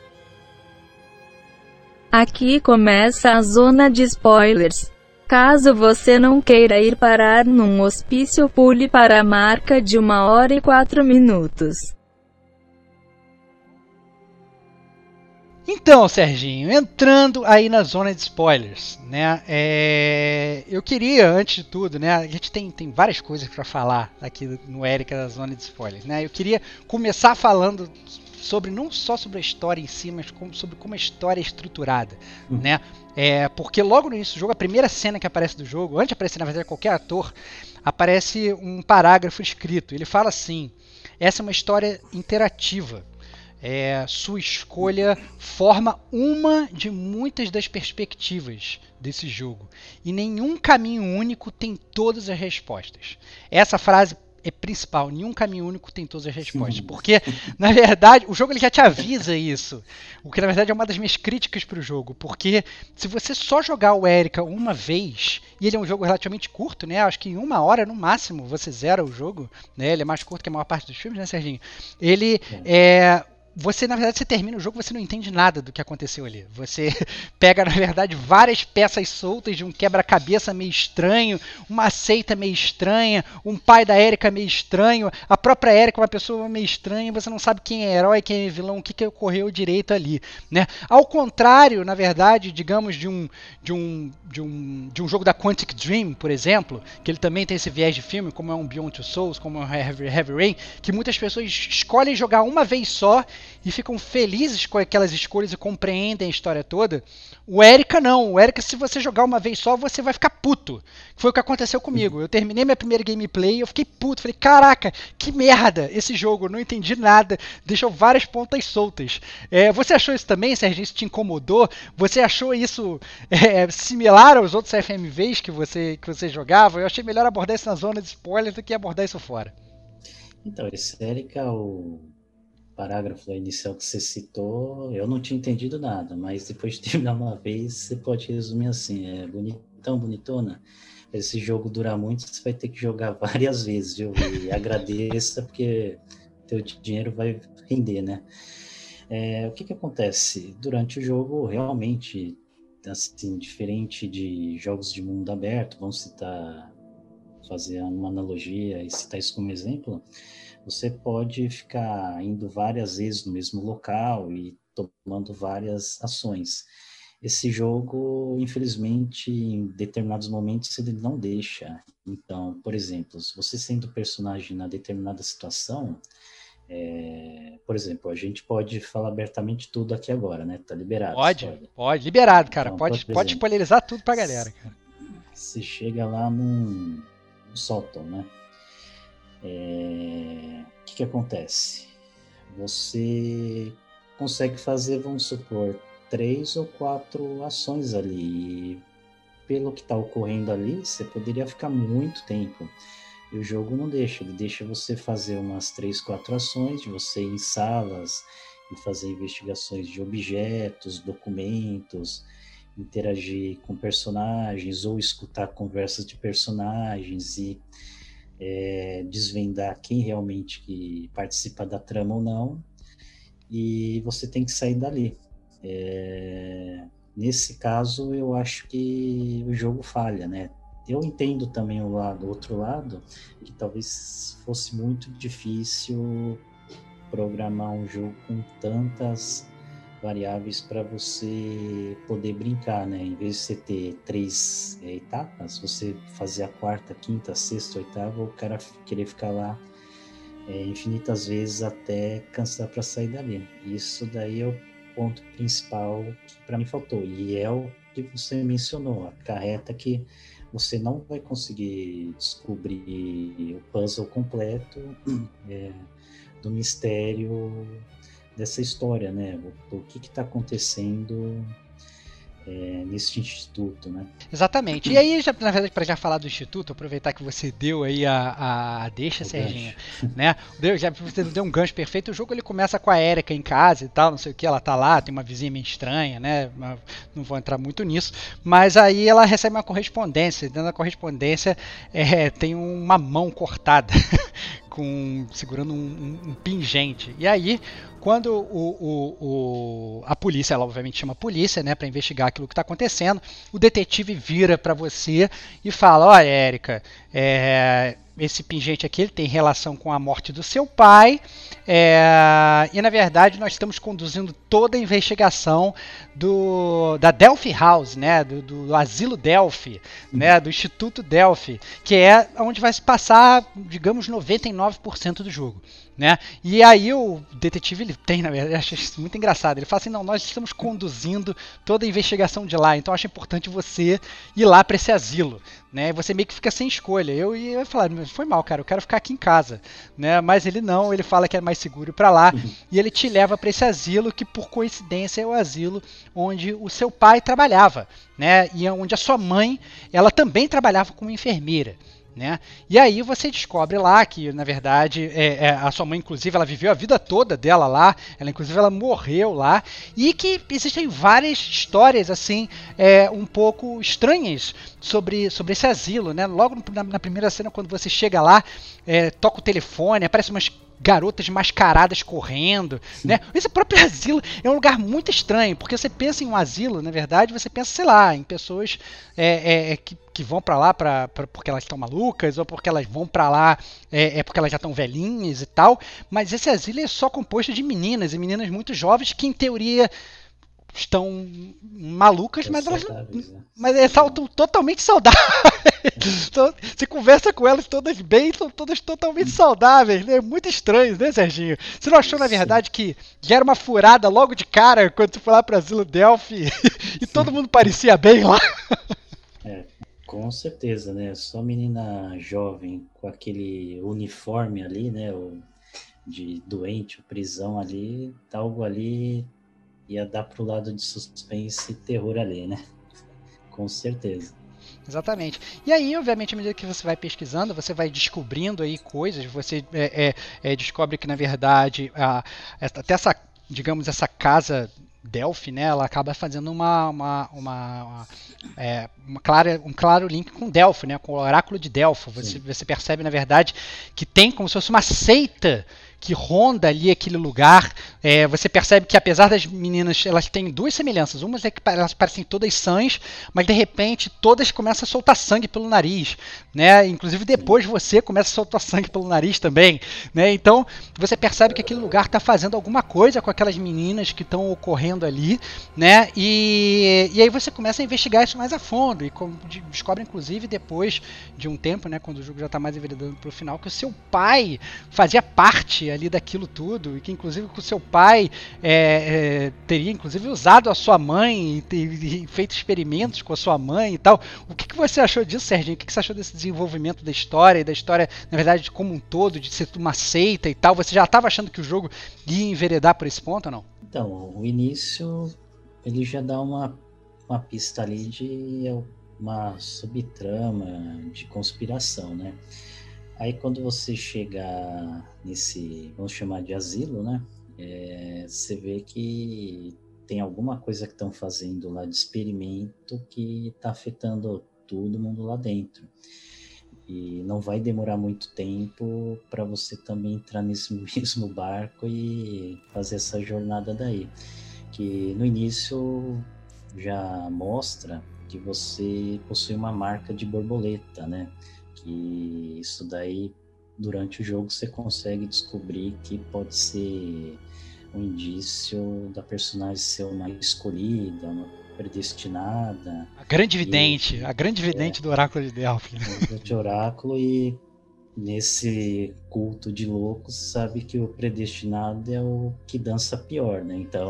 Aqui começa a zona de spoilers. Caso você não queira ir parar num hospício, pule para a marca de 1h e 4 minutos. Então, Serginho, entrando aí na zona de spoilers, né? Eu queria, antes de tudo, né? A gente tem várias coisas para falar aqui no Érica da zona de spoilers, né? Eu queria começar falando sobre não só sobre a história em si, mas sobre como a história é estruturada, né? Porque logo no início do jogo, a primeira cena que aparece do jogo, antes de aparecer na verdade qualquer ator, aparece um parágrafo escrito. Ele fala assim: essa é uma história interativa. Sua escolha forma uma de muitas das perspectivas desse jogo. E nenhum caminho único tem todas as respostas. Essa frase é principal. Nenhum caminho único tem todas as respostas. Porque, na verdade, o jogo ele já te avisa isso. O que, na verdade, é uma das minhas críticas para o jogo. Porque se você só jogar o Érica uma vez, e ele é um jogo relativamente curto, né? Acho que em 1 hora, no máximo, você zera o jogo. Né? Ele é mais curto que a maior parte dos filmes, né, Serginho? Ele você, na verdade, você termina o jogo, você não entende nada do que aconteceu ali. Você pega, na verdade, várias peças soltas de um quebra-cabeça meio estranho, uma seita meio estranha, um pai da Erika meio estranho, a própria Erika uma pessoa meio estranha, você não sabe quem é herói, quem é vilão, o que ocorreu direito ali, né? Ao contrário, na verdade, digamos, de um jogo da Quantic Dream, por exemplo, que ele também tem esse viés de filme, como é um Beyond Two Souls, como é um Heavy Rain, que muitas pessoas escolhem jogar uma vez só e ficam felizes com aquelas escolhas e compreendem a história toda. O Érica não. O Érica, se você jogar uma vez só, você vai ficar puto. Foi o que aconteceu comigo. Eu terminei minha primeira gameplay e eu fiquei puto. Falei, caraca, que merda esse jogo. Eu não entendi nada. Deixou várias pontas soltas. Você achou isso também, Sérgio? Isso te incomodou? Você achou isso similar aos outros FMVs que você jogava? Eu achei melhor abordar isso na zona de spoilers do que abordar isso fora. Então, esse Érica, o parágrafo inicial que você citou, eu não tinha entendido nada, mas depois de terminar uma vez, você pode resumir assim: bonitão, bonitona. Esse jogo dura muito, você vai ter que jogar várias vezes, viu? E agradeça, porque teu dinheiro vai render, né? O que acontece? Durante o jogo, realmente, assim, diferente de jogos de mundo aberto, vamos fazer uma analogia e citar isso como exemplo, você pode ficar indo várias vezes no mesmo local e tomando várias ações. Esse jogo, infelizmente, em determinados momentos, ele não deixa. Então, por exemplo, se você sendo personagem na determinada situação, por exemplo, a gente pode falar abertamente tudo aqui agora, né? Tá liberado. Pode. Liberado, cara. Então, pode spoilerizar tudo pra galera, cara. Você chega lá num sótão, né? O que acontece? Você consegue fazer, vamos supor, 3 ou 4 ações ali. E pelo que está ocorrendo ali, você poderia ficar muito tempo. E o jogo não deixa. Ele deixa você fazer umas 3, 4 ações, de você ir em salas e fazer investigações de objetos, documentos, interagir com personagens ou escutar conversas de personagens e desvendar quem realmente que participa da trama ou não, e você tem que sair dali. Nesse caso, eu acho que o jogo falha, né? Eu entendo também o outro lado, que talvez fosse muito difícil programar um jogo com tantas variáveis para você poder brincar, né? Em vez de você ter 3 etapas, você fazer a 4ª, 5ª, 6ª, 8ª, o cara querer ficar lá infinitas vezes até cansar para sair dali. Isso daí é o ponto principal que para mim faltou. E é o que você mencionou, acarreta que você não vai conseguir descobrir o puzzle completo do mistério dessa história, né? O que está acontecendo nesse instituto, né? Exatamente. E aí, na verdade, para já falar do Instituto, aproveitar que você deu aí a deixa, O Serginho, gancho. né? Você deu um gancho perfeito. O jogo ele começa com a Erika em casa e tal, não sei o que, ela tá lá, tem uma vizinha meio estranha, né? Não vou entrar muito nisso. Mas aí ela recebe uma correspondência. Dentro da correspondência tem uma mão cortada. Segurando um pingente. E aí, quando a polícia, ela obviamente chama a polícia, né, para investigar aquilo que está acontecendo, o detetive vira para você e fala: olha, Érica, esse pingente aqui ele tem relação com a morte do seu pai, e na verdade nós estamos conduzindo toda a investigação da Delphi House, né, do Asilo Delphi, né, do Instituto Delphi, que é onde vai se passar, digamos, 99% do jogo. Né? E aí o detetive, ele tem, na verdade, eu acho isso muito engraçado, ele fala assim: não, nós estamos conduzindo toda a investigação de lá, então acho importante você ir lá para esse asilo, né? Você meio que fica sem escolha. Eu ia falar: foi mal, cara, eu quero ficar aqui em casa, né? Mas ele não, ele fala que é mais seguro ir para lá, e ele te leva para esse asilo, que por coincidência é o asilo onde o seu pai trabalhava, né? E onde a sua mãe, ela também trabalhava como enfermeira. Né? E aí você descobre lá que, na verdade, a sua mãe, inclusive, ela viveu a vida toda dela lá, ela morreu lá, e que existem várias histórias, assim, um pouco estranhas sobre esse asilo, né? Logo na primeira cena, quando você chega lá, toca o telefone, aparece umas garotas mascaradas correndo, né? Esse próprio asilo é um lugar muito estranho, porque você pensa em um asilo, na verdade, você pensa, sei lá, em pessoas que vão pra lá porque elas estão malucas, ou porque elas vão pra lá porque elas já estão velhinhas e tal, mas esse asilo é só composto de meninas, e meninas muito jovens que, em teoria, estão malucas, mas elas estão totalmente saudáveis. Você conversa com elas todas bem, são todas totalmente saudáveis, né? Muito estranho, né, Serginho? Você não achou, na verdade, que já era uma furada logo de cara quando você foi lá para o Asilo Delphi e todo mundo parecia bem lá? Com certeza, né? Só menina jovem com aquele uniforme ali, né? De doente, prisão ali, algo ali ia dar pro lado de suspense e terror ali, né? Com certeza. Exatamente. E aí, obviamente, à medida que você vai pesquisando, você vai descobrindo aí coisas, você descobre que, na verdade, até digamos, essa casa Delphi, né, ela acaba fazendo um claro link com Delphi, né, com o oráculo de Delfo. Você percebe, na verdade, que tem como se fosse uma seita que ronda ali aquele lugar. Você percebe que, apesar das meninas, elas têm duas semelhanças. Uma é que elas parecem todas sãs, mas de repente todas começam a soltar sangue pelo nariz, né? Inclusive depois você começa a soltar sangue pelo nariz também, né? Então você percebe que aquele lugar está fazendo alguma coisa com aquelas meninas que estão ocorrendo ali, né? E aí você começa a investigar isso mais a fundo e descobre, inclusive, depois de um tempo, né, quando o jogo já está mais enveredando para o final, que o seu pai fazia parte ali daquilo tudo, e que inclusive o seu pai teria inclusive usado a sua mãe e feito experimentos com a sua mãe e tal. O que você achou disso, Serginho? O que você achou desse desenvolvimento da história, e da história, na verdade, como um todo, de ser uma seita e tal? Você já estava achando que o jogo ia enveredar por esse ponto ou não? Então, o início ele já dá uma pista ali de uma subtrama de conspiração, né? Aí quando você chega nesse, vamos chamar de asilo, né? Você vê que tem alguma coisa que estão fazendo lá de experimento que está afetando todo mundo lá dentro. E não vai demorar muito tempo para você também entrar nesse mesmo barco e fazer essa jornada daí. Que no início já mostra que você possui uma marca de borboleta, né? Que isso daí, durante o jogo, você consegue descobrir que pode ser um indício da personagem ser uma escolhida, uma predestinada. A grande vidente do oráculo de Delphi. O grande oráculo, e nesse culto de loucos, sabe que o predestinado é o que dança pior, né? Então,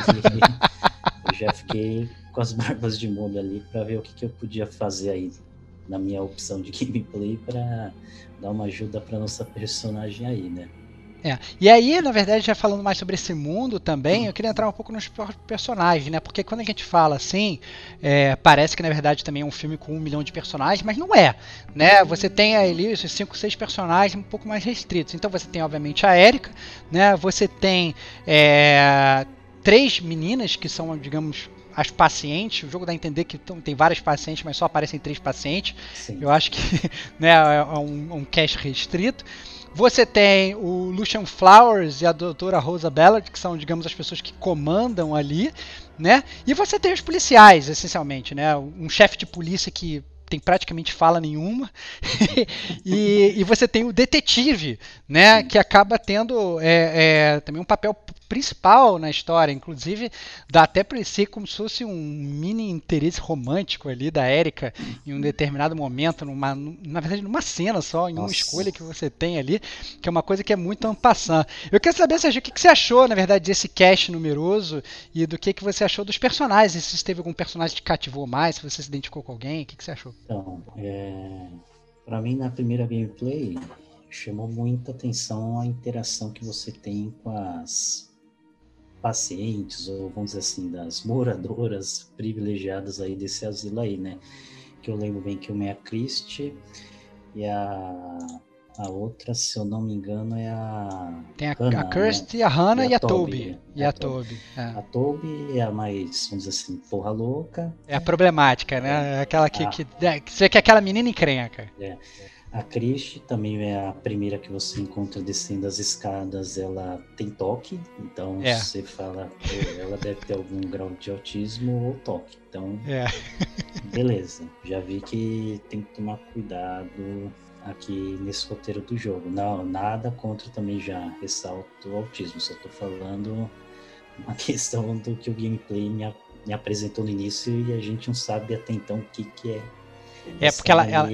eu já fiquei com as barbas de molho ali para ver o que eu podia fazer aí na minha opção de gameplay para dar uma ajuda para nossa personagem aí, né? E aí, na verdade, já falando mais sobre esse mundo também, eu queria entrar um pouco nos personagens, né? Porque quando a gente fala assim, parece que na verdade também é um filme com 1 milhão de personagens, mas não é, né? Você tem ali esses 5, 6 personagens um pouco mais restritos. Então você tem, obviamente, a Erika, né? Você tem 3 meninas que são, digamos, as pacientes. O jogo dá a entender que tem várias pacientes, mas só aparecem 3 pacientes. Sim. Eu acho que né, é um cast restrito. Você tem o Lucian Flowers e a doutora Rosa Ballard, que são, digamos, as pessoas que comandam ali, né? E você tem os policiais, essencialmente, né? Um chefe de polícia que tem praticamente fala nenhuma, e você tem o detetive, né? Que acaba tendo também um papel principal na história, inclusive dá até para ser como se fosse um mini interesse romântico ali da Erika em um determinado momento, na verdade numa cena só, em uma escolha que você tem ali, que é uma coisa que é muito en passant. Eu quero saber, Sérgio, o que você achou, na verdade, desse cast numeroso e do que você achou dos personagens, se teve algum personagem que te cativou mais, se você se identificou com alguém, o que você achou? Então, para mim, na primeira gameplay, chamou muita atenção a interação que você tem com as pacientes, ou vamos dizer assim, das moradoras privilegiadas aí desse asilo aí, né? Que eu lembro bem que uma é a Christie e a outra, se eu não me engano, é a... Tem a Kirsty, né? A Hannah e a Toby. A Toby é a mais, vamos dizer assim, porra louca. É a problemática, né? Aquela que você vê que é aquela menina encrenca. A Christie também é a primeira que você encontra descendo as escadas, ela tem toque, então você fala, ela deve ter algum grau de autismo ou toque, então beleza, já vi que tem que tomar cuidado aqui nesse roteiro do jogo. Não, nada contra também, já ressalto o autismo, só tô falando uma questão do que o gameplay me apresentou no início e a gente não sabe até então o que é. Porque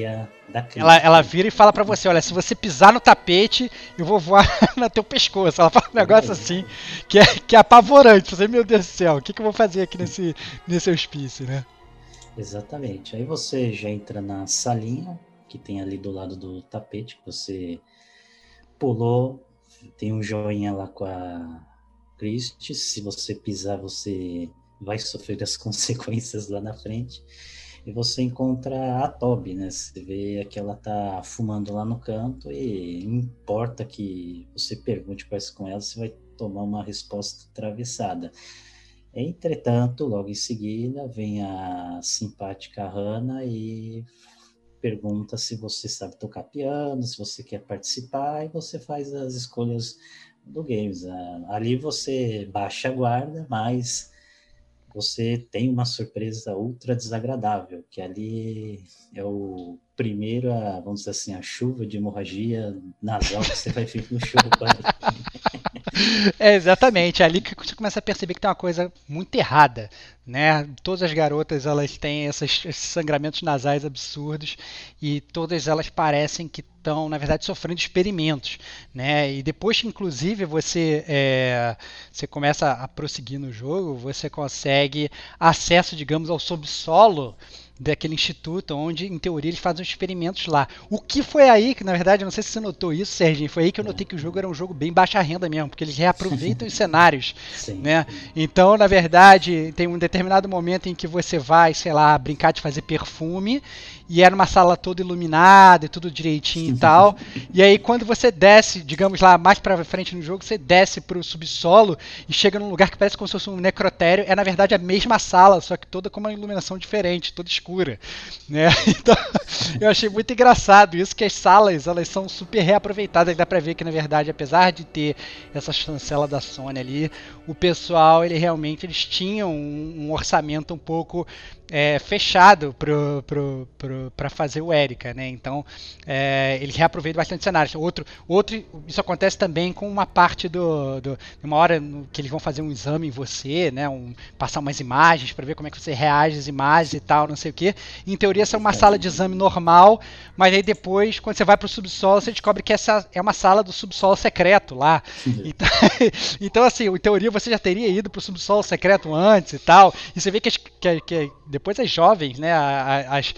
ela vira e fala pra você, olha, se você pisar no tapete, eu vou voar no teu pescoço. Ela fala um negócio assim, que é apavorante. Você, meu Deus do céu, o que eu vou fazer aqui nesse hospício, né? Exatamente. Aí você já entra na salinha, que tem ali do lado do tapete, que você pulou, tem um joinha lá com a Christie. Se você pisar, você vai sofrer as consequências lá na frente. E você encontra a Toby, né? Você vê que ela tá fumando lá no canto e não importa que você pergunte quais com ela, você vai tomar uma resposta atravessada. Entretanto, logo em seguida, vem a simpática Hannah e pergunta se você sabe tocar piano, se você quer participar, e você faz as escolhas do games. Ali você baixa a guarda, mas você tem uma surpresa ultra desagradável, que ali é o primeiro, vamos dizer assim, a chuva de hemorragia nasal que você vai ver no jogo. Exatamente, é ali que você começa a perceber que tem uma coisa muito errada, né? Todas as garotas, elas têm esses sangramentos nasais absurdos e todas elas parecem que estão, na verdade, sofrendo experimentos, né? E depois que, inclusive, você começa a prosseguir no jogo, você consegue acesso, digamos, ao subsolo daquele instituto, onde, em teoria, eles fazem os experimentos lá. O que foi aí, que na verdade, eu não sei se você notou isso, Serginho, foi aí que eu notei que o jogo era um jogo bem baixa renda mesmo, porque eles reaproveitam os cenários, né? Então, na verdade, tem um determinado momento em que você vai, sei lá, brincar de fazer perfume, e era uma sala toda iluminada e tudo direitinho e tal, e aí quando você desce, digamos lá, mais pra frente no jogo, você desce pro subsolo e chega num lugar que parece como se fosse um necrotério, é na verdade a mesma sala, só que toda com uma iluminação diferente, toda escura, né? Então, eu achei muito engraçado isso, que as salas, elas são super reaproveitadas, dá pra ver que na verdade, apesar de ter essa chancela da Sony ali, o pessoal, eles tinham um orçamento um pouco fechado para fazer o Erika, né? Então eles reaproveitam bastante cenários. Outro, isso acontece também com uma parte uma hora que eles vão fazer um exame em você, né? Passar umas imagens para ver como é que você reage às imagens e tal, não sei o que. Em teoria essa é uma sala de exame normal, mas aí depois, quando você vai para o subsolo, você descobre que essa é uma sala do subsolo secreto lá. Então assim, em teoria você já teria ido para o subsolo secreto antes e tal. E você vê que depois as jovens, né, as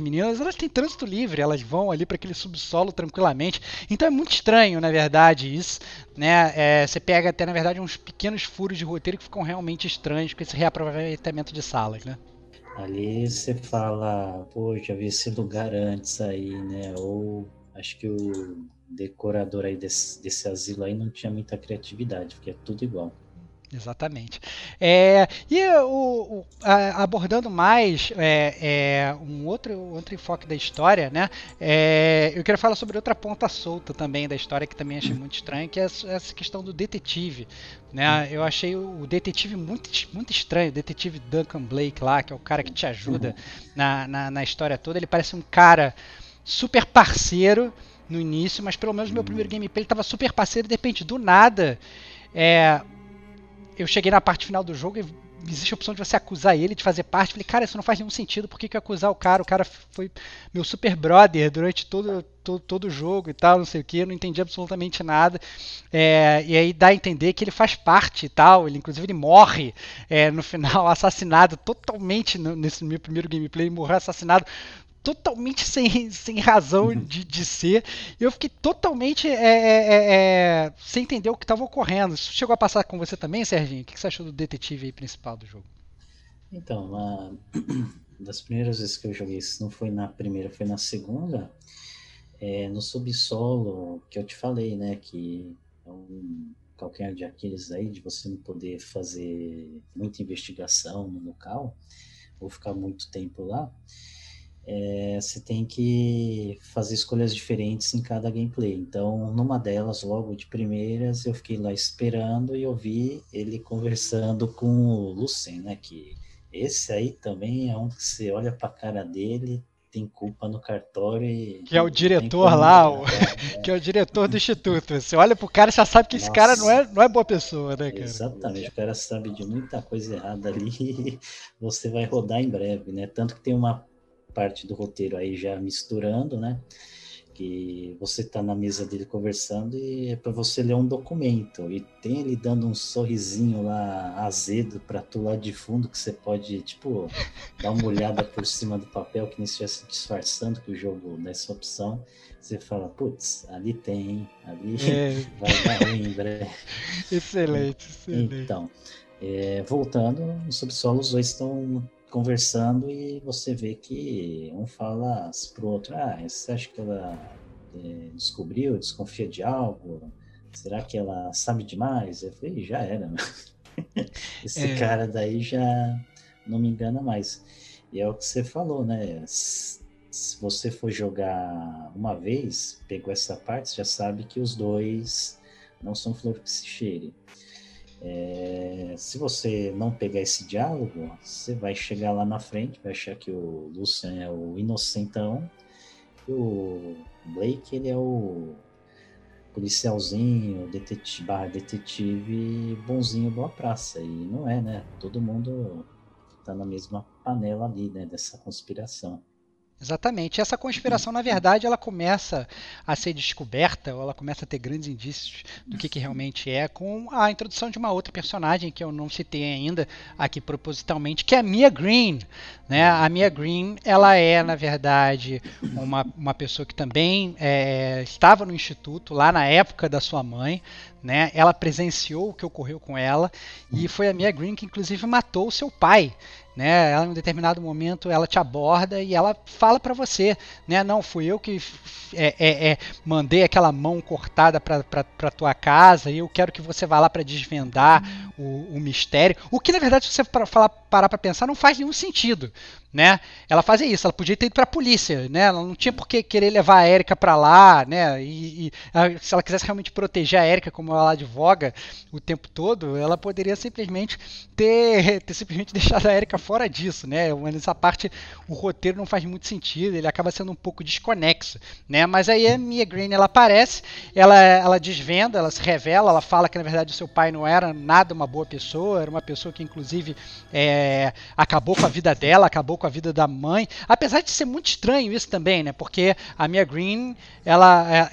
meninas, elas têm trânsito livre, elas vão ali para aquele subsolo tranquilamente. Então é muito estranho, na verdade, isso, né? Você pega até, na verdade, uns pequenos furos de roteiro que ficam realmente estranhos com esse reaproveitamento de salas, né? Ali você fala, pô, já vi esse lugar antes aí, né? Ou acho que o decorador aí desse asilo aí não tinha muita criatividade, porque é tudo igual. Exatamente. Abordando mais um outro enfoque da história, né? Eu quero falar sobre outra ponta solta também da história que também achei muito estranho, que é essa questão do detetive, né? Eu achei o detetive muito, muito estranho, o detetive Duncan Blake lá, que é o cara que te ajuda na história toda. Ele parece um cara super parceiro no início, mas pelo menos no meu primeiro gameplay ele estava super parceiro e de repente, do nada, eu cheguei na parte final do jogo e existe a opção de você acusar ele de fazer parte. Falei, cara, isso não faz nenhum sentido. Por que eu acusar o cara? O cara foi meu super brother durante todo o jogo e tal, não sei o que. Eu não entendi absolutamente nada. E aí dá a entender que ele faz parte e tal. Inclusive, ele morre no final, assassinado totalmente nesse meu primeiro gameplay. Ele morreu assassinado totalmente sem razão de ser. Eu fiquei totalmente sem entender o que estava ocorrendo. Isso chegou a passar com você também, Serginho? O que você achou do detetive aí principal do jogo? Então, das primeiras vezes que eu joguei, se não foi na primeira, foi na segunda, no subsolo, que eu te falei, né, que é um calcanhar de Aquiles aí, de você não poder fazer muita investigação no local, ou ficar muito tempo lá, você tem que fazer escolhas diferentes em cada gameplay. Então, numa delas, logo de primeiras, eu fiquei lá esperando e eu vi ele conversando com o Lucien, né? Que esse aí também é um que você olha pra cara dele, tem culpa no cartório e... Que é o diretor lá, que é o diretor do instituto. Você olha pro cara e já sabe que esse cara não é boa pessoa, né, cara? Exatamente, o cara sabe de muita coisa errada ali e você vai rodar em breve, né? Tanto que tem uma parte do roteiro aí já misturando, né? Que você tá na mesa dele conversando e é para você ler um documento e tem ele dando um sorrisinho lá azedo para tu lá de fundo que você pode, tipo, dar uma olhada por cima do papel que nem estivesse disfarçando que o jogo dá essa opção. Você fala, putz, ali tem, ali vai dar ruim em breve. Excelente. Então, voltando, no subsolo os dois estão conversando e você vê que um fala pro outro, você acha que ela desconfia de algo? Será que ela sabe demais? Eu falei, já era, esse cara daí já não me engana mais. E é o que você falou, né? Se você for jogar uma vez, pegou essa parte, você já sabe que os dois não são flor que se cheire. Se você não pegar esse diálogo, você vai chegar lá na frente, vai achar que o Lucien é o inocentão e o Blake ele é o policialzinho, detetive bonzinho, boa praça. E não é, né? Todo mundo tá na mesma panela ali, né? Dessa conspiração. Exatamente. Essa conspiração, na verdade, ela começa a ser descoberta, ou ela começa a ter grandes indícios do que realmente é, com a introdução de uma outra personagem que eu não citei ainda aqui propositalmente, que é a Mia Green. Né? A Mia Green, ela é, na verdade, uma pessoa que também estava no instituto, lá na época da sua mãe. Né? Ela presenciou o que ocorreu com ela, e foi a Mia Green que, inclusive, matou o seu pai. Né? Ela, em um determinado momento, ela te aborda e ela fala para você, né? Não, fui eu que mandei aquela mão cortada para tua casa e eu quero que você vá lá para desvendar o mistério. O que, na verdade, se você parar para pensar, não faz nenhum sentido. Né? Ela fazia isso, ela podia ter ido para a polícia, né? Ela não tinha por que querer levar a Erika para lá, né? E se ela quisesse realmente proteger a Erika, como ela advoga o tempo todo, ela poderia simplesmente ter simplesmente deixado a Erika fora disso, né? Mas nessa parte o roteiro não faz muito sentido, ele acaba sendo um pouco desconexo, né? Mas aí a Mia Green, ela aparece, ela desvenda, ela se revela, ela fala que na verdade o seu pai não era nada uma boa pessoa, era uma pessoa que inclusive acabou com a vida dela, acabou com a vida da mãe, apesar de ser muito estranho isso também, né? Porque a Mia Green, ela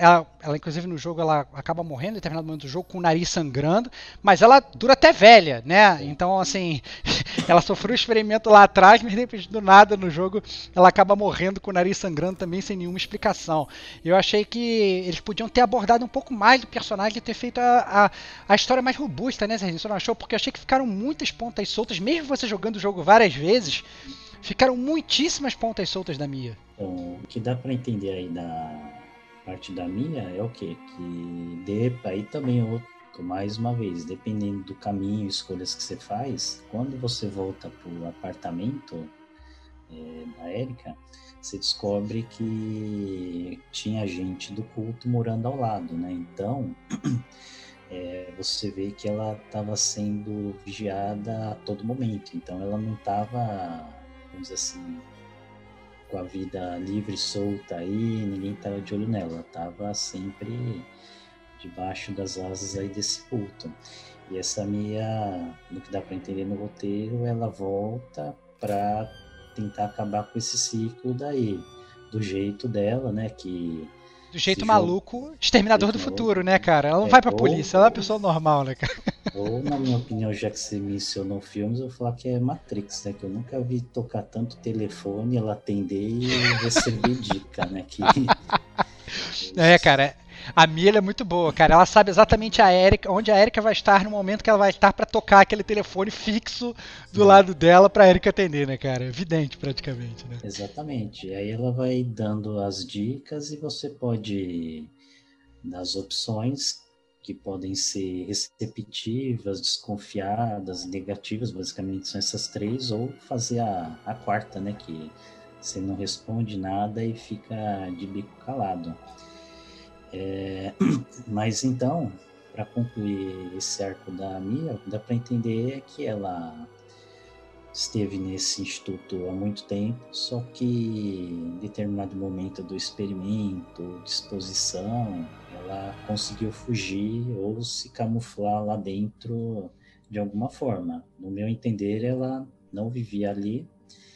ela inclusive no jogo ela acaba morrendo em determinado momento do jogo com o nariz sangrando, mas ela dura até velha, né? Então, assim, ela sofreu um experimento lá atrás, mas de repente, do nada no jogo ela acaba morrendo com o nariz sangrando também sem nenhuma explicação. Eu achei que eles podiam ter abordado um pouco mais do personagem e ter feito a história mais robusta, né, Serginho? Você não achou? Porque eu achei que ficaram muitas pontas soltas, mesmo você jogando o jogo várias vezes, ficaram muitíssimas pontas soltas da Mia. Então, o que dá para entender aí da parte da Mia é o quê? Que aí também outro, mais uma vez, dependendo do caminho, escolhas que você faz, quando você volta pro apartamento da Erika, você descobre que tinha gente do culto morando ao lado, né? Então, você vê que ela estava sendo vigiada a todo momento. Então, ela não estava, vamos dizer assim, com a vida livre, solta aí, ninguém estava de olho nela. Ela estava sempre debaixo das asas aí desse culto. E essa Mia, no que dá para entender no roteiro, ela volta para tentar acabar com esse ciclo daí, do jeito dela, né, que... Do jeito maluco, Exterminador do Futuro, né, cara? Ela não vai pra polícia, ela é uma pessoa normal, né, cara? Ou, na minha opinião, já que você mencionou filmes, eu vou falar que é Matrix, né, que eu nunca vi tocar tanto telefone, ela atender e receber dica, né, que... Cara, a Mia é muito boa, cara. Ela sabe exatamente onde a Erika vai estar no momento que ela vai estar pra tocar aquele telefone fixo do lado dela pra Erika atender, né, cara? Evidente, praticamente, né? Exatamente. E aí ela vai dando as dicas e você pode dar as opções que podem ser receptivas, desconfiadas, negativas, basicamente são essas três, ou fazer a quarta, né, que você não responde nada e fica de bico calado. Mas então, para concluir esse arco da Mia, dá para entender que ela esteve nesse instituto há muito tempo, só que em determinado momento do experimento, de exposição, ela conseguiu fugir ou se camuflar lá dentro de alguma forma. No meu entender, ela não vivia ali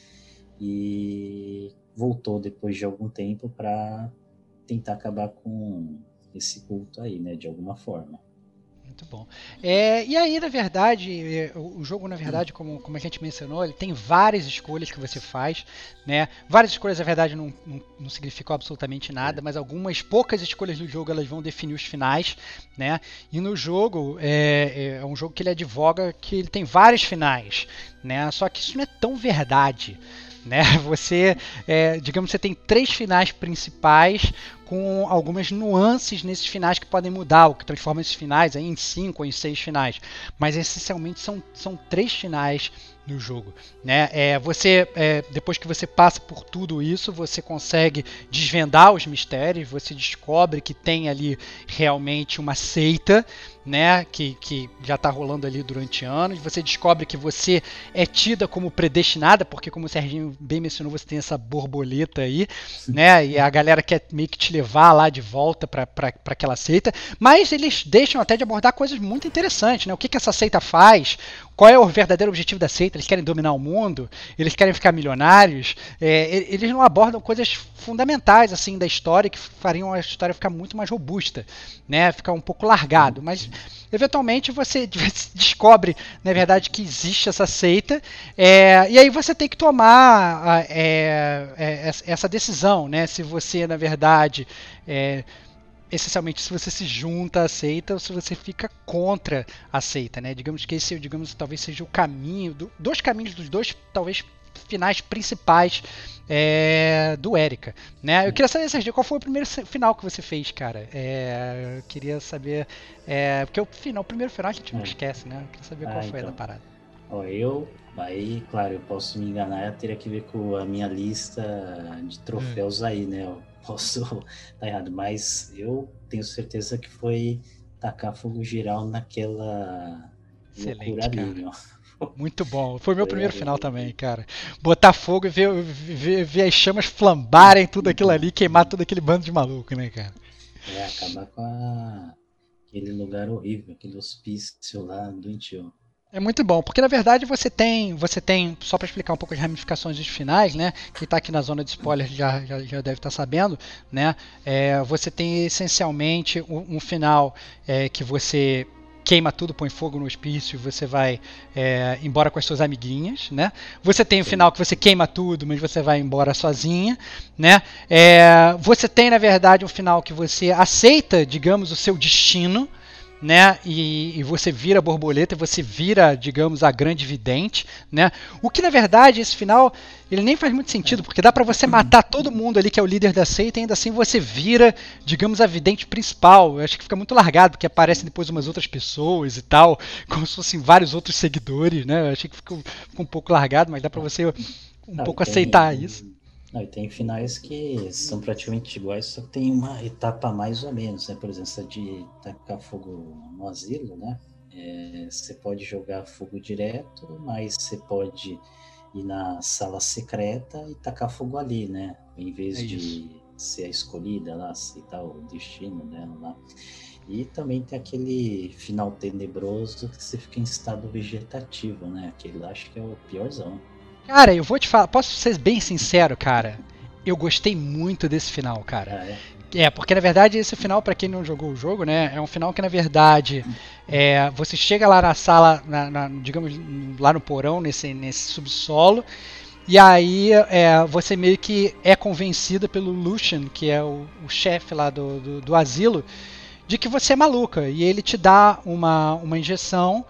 e voltou depois de algum tempo para tentar acabar com esse culto aí, né, de alguma forma. Muito bom. E aí, na verdade, o jogo, na verdade, como a gente mencionou, ele tem várias escolhas que você faz, né? Várias escolhas, na verdade, não significam absolutamente nada, mas algumas poucas escolhas do jogo, elas vão definir os finais, né? E no jogo, é um jogo que ele advoga que ele tem vários finais, né? Só que isso não é tão verdade, né? Digamos, você tem 3 finais principais com algumas nuances nesses finais que podem mudar, o que transforma esses finais aí em 5 ou em 6 finais. Mas essencialmente são 3 finais no jogo, né? Depois que você passa por tudo isso, você consegue desvendar os mistérios, você descobre que tem ali realmente uma seita, né, que já está rolando ali durante anos. Você descobre que você é tida como predestinada, porque, como o Serginho bem mencionou, você tem essa borboleta aí, né, e a galera quer meio que te levar lá de volta para aquela seita. Mas eles deixam até de abordar coisas muito interessantes, né? O que essa seita faz? Qual é o verdadeiro objetivo da seita? Eles querem dominar o mundo? Eles querem ficar milionários? Eles não abordam coisas fundamentais assim da história que fariam a história ficar muito mais robusta, né? Ficar um pouco largado. Mas eventualmente você descobre, na verdade, que existe essa seita, e aí você tem que tomar essa decisão, né? Se você, na verdade, essencialmente, se você se junta à seita ou se você fica contra a seita, né? Digamos que esse, talvez seja o caminho, dois caminhos dos dois, talvez, finais principais do Erika, né? Eu queria saber, Sergio, qual foi o primeiro final que você fez, cara? Eu queria saber, porque o primeiro final a gente não esquece, né? Eu queria saber qual foi a parada. Aí, claro, eu posso me enganar, eu teria que ver com a minha lista de troféus aí, né? Eu posso estar errado, mas eu tenho certeza que foi tacar fogo geral naquela loucura ali, meu. Muito bom. Foi meu primeiro final também, cara. Botar fogo e ver as chamas flambarem tudo aquilo ali, queimar todo aquele bando de maluco, né, cara? Acabar com aquele lugar horrível, aquele hospício lá doentio. É muito bom, porque na verdade você tem, só para explicar um pouco as ramificações dos finais, né? Quem está aqui na zona de spoilers já deve estar sabendo, né? Você tem essencialmente um final que você queima tudo, põe fogo no hospício e você vai embora com as suas amiguinhas, né? Você tem o Sim. final que você queima tudo, mas você vai embora sozinha, né? Você tem, na verdade, um final que você aceita, digamos, o seu destino, né? E você vira borboleta, você vira, digamos, a grande vidente, né? O que na verdade esse final ele nem faz muito sentido, porque dá pra você matar todo mundo ali que é o líder da seita e ainda assim você vira, digamos, a vidente principal. Eu acho que fica muito largado, porque aparecem depois umas outras pessoas e tal, como se fossem vários outros seguidores, né? Eu achei que ficou um pouco largado, mas dá pra você um Não, e pouco aceitar isso. não, e tem finais que são praticamente iguais, só que tem uma etapa mais ou menos, né? Por exemplo, essa de tacar fogo no asilo, né? Você pode jogar fogo direto, mas você pode ir na sala secreta e tacar fogo ali, né? Em É vez isso. de ser a escolhida lá, aceitar o destino dela lá. E também tem aquele final tenebroso que você fica em estado vegetativo, né? Aquele lá acho que é o piorzão. Cara, eu vou te falar, posso ser bem sincero, cara? Eu gostei muito desse final, cara. Ah, é? Porque na verdade esse final, pra quem não jogou o jogo, né, é um final que na verdade você chega lá na sala, digamos, lá no porão, nesse subsolo, e aí você meio que é convencido pelo Lucian, que é o chefe lá do asilo, de que você é maluca, e ele te dá uma injeção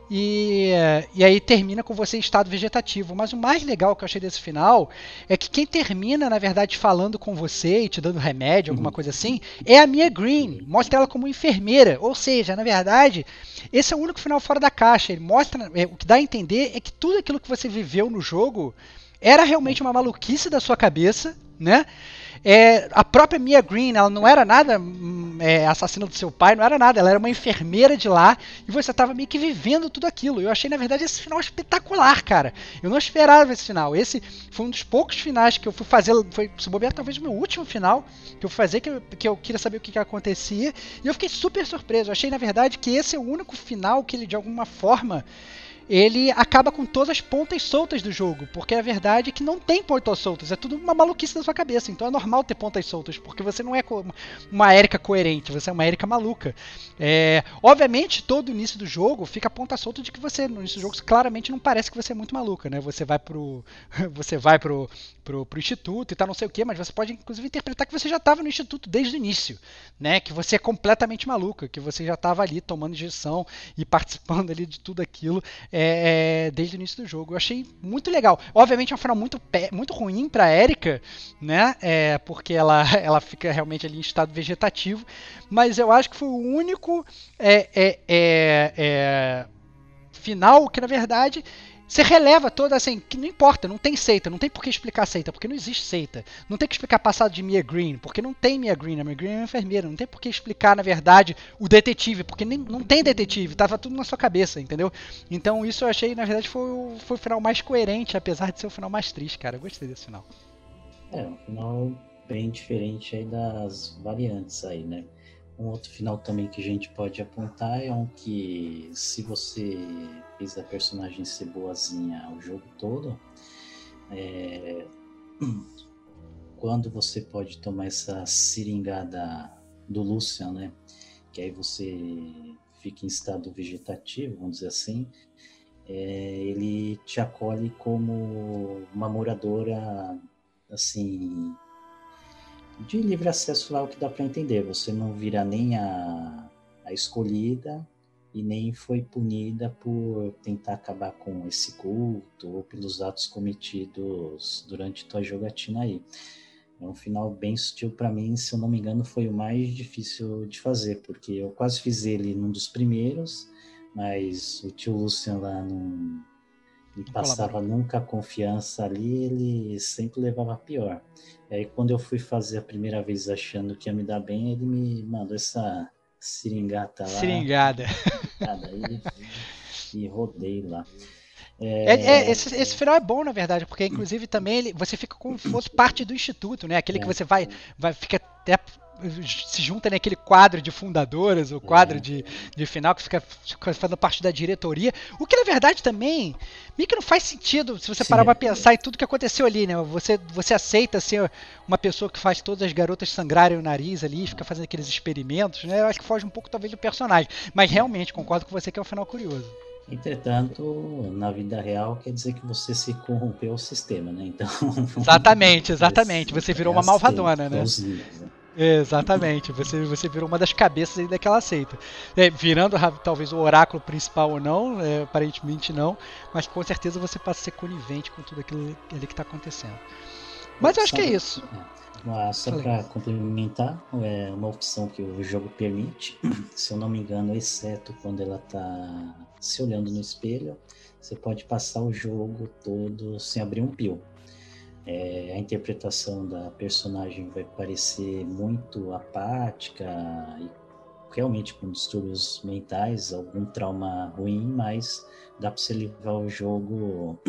e aí termina com você em estado vegetativo. Mas o mais legal que eu achei desse final é que quem termina, na verdade, falando com você e te dando remédio, alguma coisa assim, é a Mia Green. Mostra ela como enfermeira. Ou seja, na verdade, esse é o único final fora da caixa. Ele mostra. O que dá a entender é que tudo aquilo que você viveu no jogo era realmente uma maluquice da sua cabeça, né? A própria Mia Green, ela não era nada assassina do seu pai, não era nada, ela era uma enfermeira de lá e você estava meio que vivendo tudo aquilo. Eu achei, na verdade, esse final espetacular, cara. Eu não esperava esse final. Esse foi um dos poucos finais que eu fui fazer, foi, se bobear, talvez o meu último final que eu fui fazer, que eu queria saber o que acontecia, e eu fiquei super surpreso. Eu achei, na verdade, que esse é o único final que ele, de alguma forma, ele acaba com todas as pontas soltas do jogo, porque a verdade é que não tem pontas soltas, é tudo uma maluquice da sua cabeça, então é normal ter pontas soltas, porque você não é uma Erika coerente, você é uma Erika maluca. Obviamente, todo início do jogo fica a ponta solta de que você, no início do jogo, claramente não parece que você é muito maluca, né? Você vai pro você vai pro instituto e tal, não sei o que, mas você pode inclusive interpretar que você já estava no instituto desde o início, né? Que você é completamente maluca, que você já estava ali tomando injeção e participando ali de tudo aquilo desde o início do jogo. Eu achei muito legal. Obviamente é um final muito ruim pra Erika, né? Porque ela fica realmente ali em estado vegetativo, mas eu acho que foi o único final que, na verdade, você releva toda assim, que não importa, não tem seita, não tem por que explicar seita, porque não existe seita. Não tem que explicar passado de Mia Green, porque não tem Mia Green, a Mia Green é uma enfermeira. Não tem por que explicar, na verdade, o detetive, porque não tem detetive, tava tudo na sua cabeça, entendeu? Então isso eu achei, na verdade, foi o final mais coerente, apesar de ser o final mais triste, cara. Eu gostei desse final. Um final bem diferente aí das variantes aí, né? Um outro final também que a gente pode apontar é um que, se você fez a personagem ser boazinha o jogo todo, quando você pode tomar essa seringada do Lucian, né? Que aí você fica em estado vegetativo, vamos dizer assim, ele te acolhe como uma moradora, assim, de livre acesso lá, o que dá para entender. Você não vira nem a escolhida e nem foi punida por tentar acabar com esse culto ou pelos atos cometidos durante tua jogatina aí. É um final bem sutil para mim, se eu não me engano, foi o mais difícil de fazer, porque eu quase fiz ele num dos primeiros, mas o tio Lucian lá não me passava nunca a confiança ali, ele sempre levava a pior. E aí quando eu fui fazer a primeira vez achando que ia me dar bem, ele me mandou essa seringata lá. Seringada. Aí, e rodei lá. Esse final é bom, na verdade, porque inclusive também você fica como se fosse parte do instituto, né? Aquele que você vai fica até se junta naquele quadro de fundadoras, o quadro de final, que fica fazendo parte da diretoria. O que, na verdade, também meio que não faz sentido se você parar pra pensar em tudo que aconteceu ali, né? Você aceita ser uma pessoa que faz todas as garotas sangrarem o nariz ali, fica fazendo aqueles experimentos, né? Eu acho que foge um pouco, talvez, do personagem. Mas, realmente, concordo com você que é um final curioso. Entretanto, na vida real, quer dizer que você se corrompeu ao sistema, né? Então... Exatamente. Você virou uma malvadona, né? Né? Exatamente, você virou uma das cabeças aí daquela seita. Virando talvez o oráculo principal ou não, aparentemente não, mas com certeza você passa a ser conivente com tudo aquilo ali que está acontecendo. Mas eu acho que é isso. Só para complementar, é uma opção que o jogo permite, se eu não me engano, exceto quando ela está se olhando no espelho, você pode passar o jogo todo sem abrir um pio. A interpretação da personagem vai parecer muito apática e realmente com distúrbios mentais, algum trauma ruim, mas dá para você levar o jogo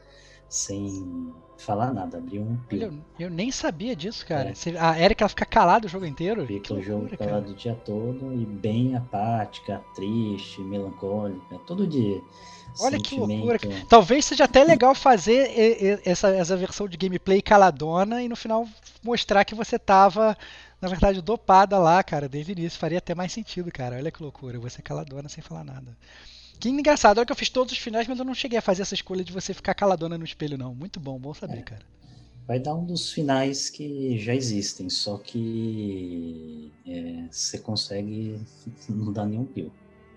sem falar nada, abrir um pio. Olha, eu nem sabia disso, cara. A Erika, ela fica calada o jogo inteiro? Fica o jogo calado o dia todo e bem apática, triste, melancólica, todo dia. Olha que loucura. Talvez seja até legal fazer essa versão de gameplay caladona e no final mostrar que você tava, na verdade, dopada lá, cara, desde o início. Faria até mais sentido, cara. Olha que loucura. Você caladona sem falar nada. Que engraçado. Olha que eu fiz todos os finais, mas eu não cheguei a fazer essa escolha de você ficar caladona no espelho, não. Muito bom, bom saber, cara. Vai dar um dos finais que já existem, só que você consegue não dar nenhum pio.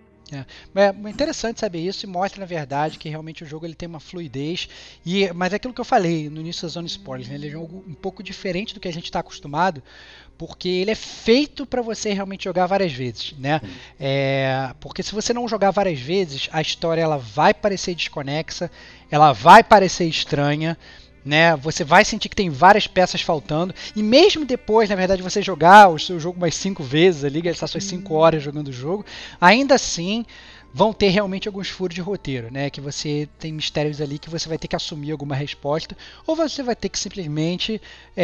É interessante saber isso e mostra, na verdade, que realmente o jogo ele tem uma fluidez. Mas é aquilo que eu falei no início da Zona Spoilers, né? Ele é um jogo um pouco diferente do que a gente está acostumado, porque ele é feito para você realmente jogar várias vezes, né? Porque se você não jogar várias vezes, a história ela vai parecer desconexa, ela vai parecer estranha, né? Você vai sentir que tem várias peças faltando, e mesmo depois, na verdade, você jogar o seu jogo mais 5 vezes ali, gastar suas 5 horas jogando o jogo, ainda assim vão ter realmente alguns furos de roteiro, né? Que você tem mistérios ali que você vai ter que assumir alguma resposta, ou você vai ter que simplesmente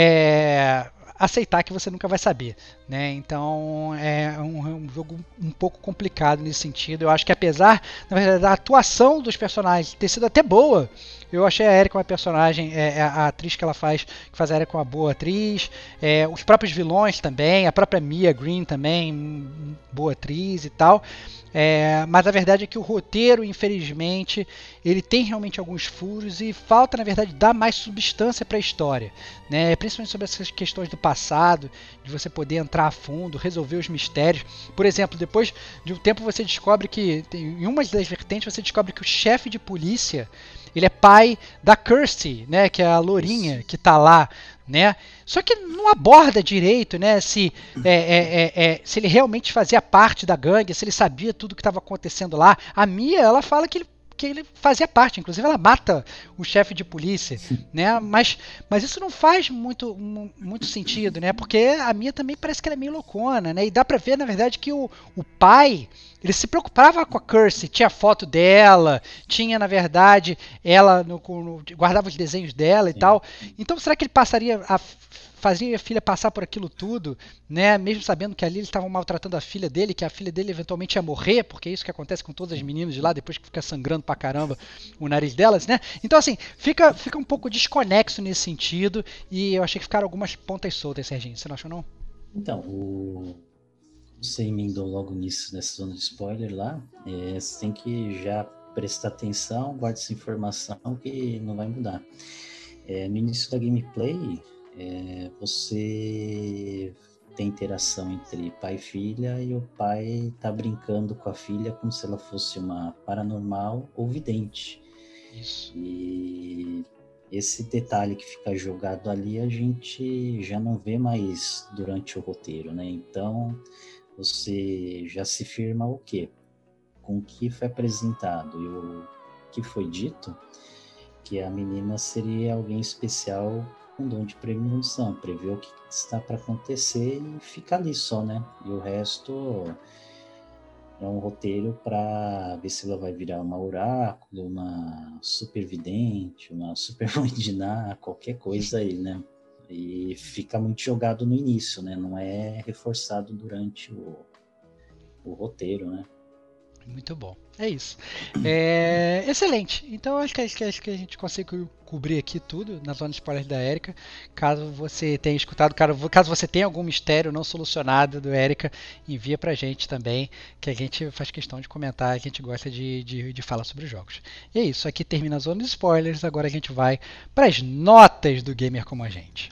aceitar que você nunca vai saber, né? Então é um jogo um pouco complicado nesse sentido. Eu acho que apesar, na verdade, da atuação dos personagens ter sido até boa, eu achei a Erika uma personagem, a atriz que ela faz, que faz a Erika uma boa atriz, os próprios vilões também, a própria Mia Green também, boa atriz e tal. Mas a verdade é que o roteiro, infelizmente, ele tem realmente alguns furos e falta, na verdade, dar mais substância para a história, né? Principalmente sobre essas questões do passado, de você poder entrar a fundo, resolver os mistérios. Por exemplo, depois de um tempo você descobre que, em uma das vertentes, você descobre que o chefe de polícia, ele é pai da Kirsty, né, que é a lourinha que tá lá, né? Só que não aborda direito, né, se ele realmente fazia parte da gangue, se ele sabia tudo que estava acontecendo lá. A Mia, ela fala que ele fazia parte, inclusive ela mata o chefe de polícia, né? Mas isso não faz muito sentido, né? Porque a Mia também parece que ela é meio loucona, né? E dá pra ver, na verdade, que o pai, ele se preocupava com a Kirsty, tinha foto dela, tinha, na verdade, ela guardava os desenhos dela e tal. Então, será que ele fazia a filha passar por aquilo tudo, né? Mesmo sabendo que ali eles estavam maltratando a filha dele, que a filha dele eventualmente ia morrer, porque é isso que acontece com todas as meninas de lá, depois que fica sangrando pra caramba o nariz delas, né? Então, assim, fica um pouco desconexo nesse sentido, e eu achei que ficaram algumas pontas soltas, Serginho. Você não achou, não? Então, você emendou logo nisso, nessa zona de spoiler lá, você tem que já prestar atenção, guarda essa informação que não vai mudar. No início da gameplay, você tem interação entre pai e filha, e o pai tá brincando com a filha como se ela fosse uma paranormal ou vidente. Isso. E esse detalhe que fica jogado ali, a gente já não vê mais durante o roteiro, né? Então, você já se firma o quê? Com o que foi apresentado e o que foi dito, que a menina seria alguém especial com dom de premonição, prever o que está para acontecer e fica ali só, né? E o resto é um roteiro para ver se ela vai virar uma oráculo, uma supervidente, uma super mãe de Ná, qualquer coisa aí, né? E fica muito jogado no início, né? Não é reforçado durante o roteiro, né? Muito bom. É isso. Excelente. Então acho que a gente consegue cobrir aqui tudo na zona de spoilers da Erika. Caso você tenha escutado, caso você tenha algum mistério não solucionado do Erika, envia pra gente também, que a gente faz questão de comentar, a gente gosta de falar sobre os jogos. E é isso. Aqui termina a zona de spoilers. Agora a gente vai para as notas do Gamer Como a Gente.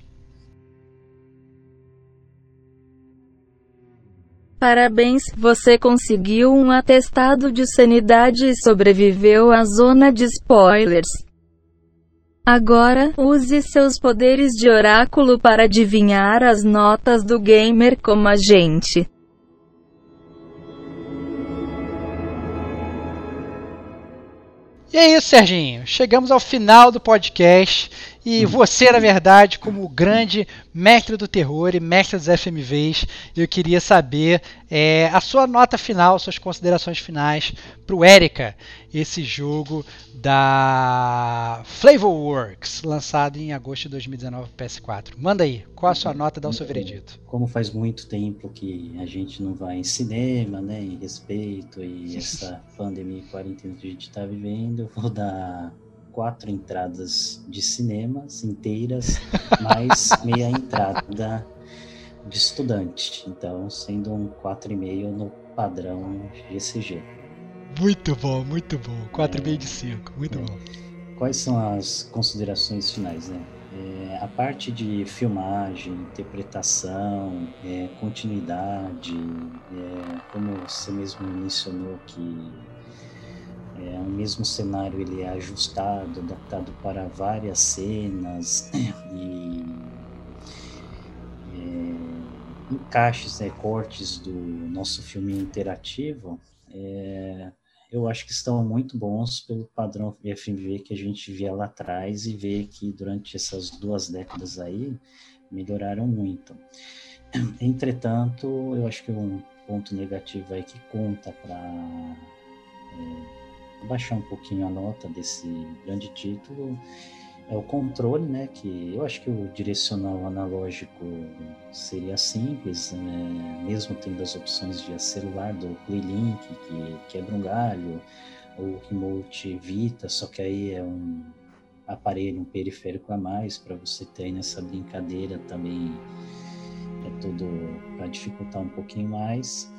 Parabéns, você conseguiu um atestado de sanidade e sobreviveu à zona de spoilers. Agora, use seus poderes de oráculo para adivinhar as notas do Gamer Como a Gente. E é isso, Serginho. Chegamos ao final do podcast. E você, na verdade, como o grande mestre do terror e mestre dos FMVs, eu queria saber a sua nota final, suas considerações finais para o Erika, esse jogo da Flavorworks, lançado em agosto de 2019 para PS4. Manda aí, qual a sua nota, dá o seu veredito? Como faz muito tempo que a gente não vai em cinema, né, em respeito e essa pandemia e quarentena que a gente está vivendo, eu vou dar 4 entradas de cinemas inteiras, mais meia entrada de estudante. Então, sendo um 4,5 no padrão GCG. Muito bom, muito bom. 4,5 de 5, muito bom. Quais são as considerações finais, né? A parte de filmagem, interpretação, continuidade, como você mesmo mencionou que o mesmo cenário ele é ajustado, adaptado para várias cenas e encaixes, cortes do nosso filme interativo, eu acho que estão muito bons pelo padrão FMV que a gente via lá atrás e vê que durante essas 2 décadas aí melhoraram muito. Entretanto, eu acho que um ponto negativo aí que conta para baixar um pouquinho a nota desse grande título é o controle, né? Que eu acho que o direcional analógico seria simples, né? Mesmo tendo as opções via celular do Playlink, que quebra um galho, ou o Remote Vita, só que aí é um aparelho, um periférico a mais para você ter aí nessa brincadeira também, tudo para dificultar um pouquinho mais.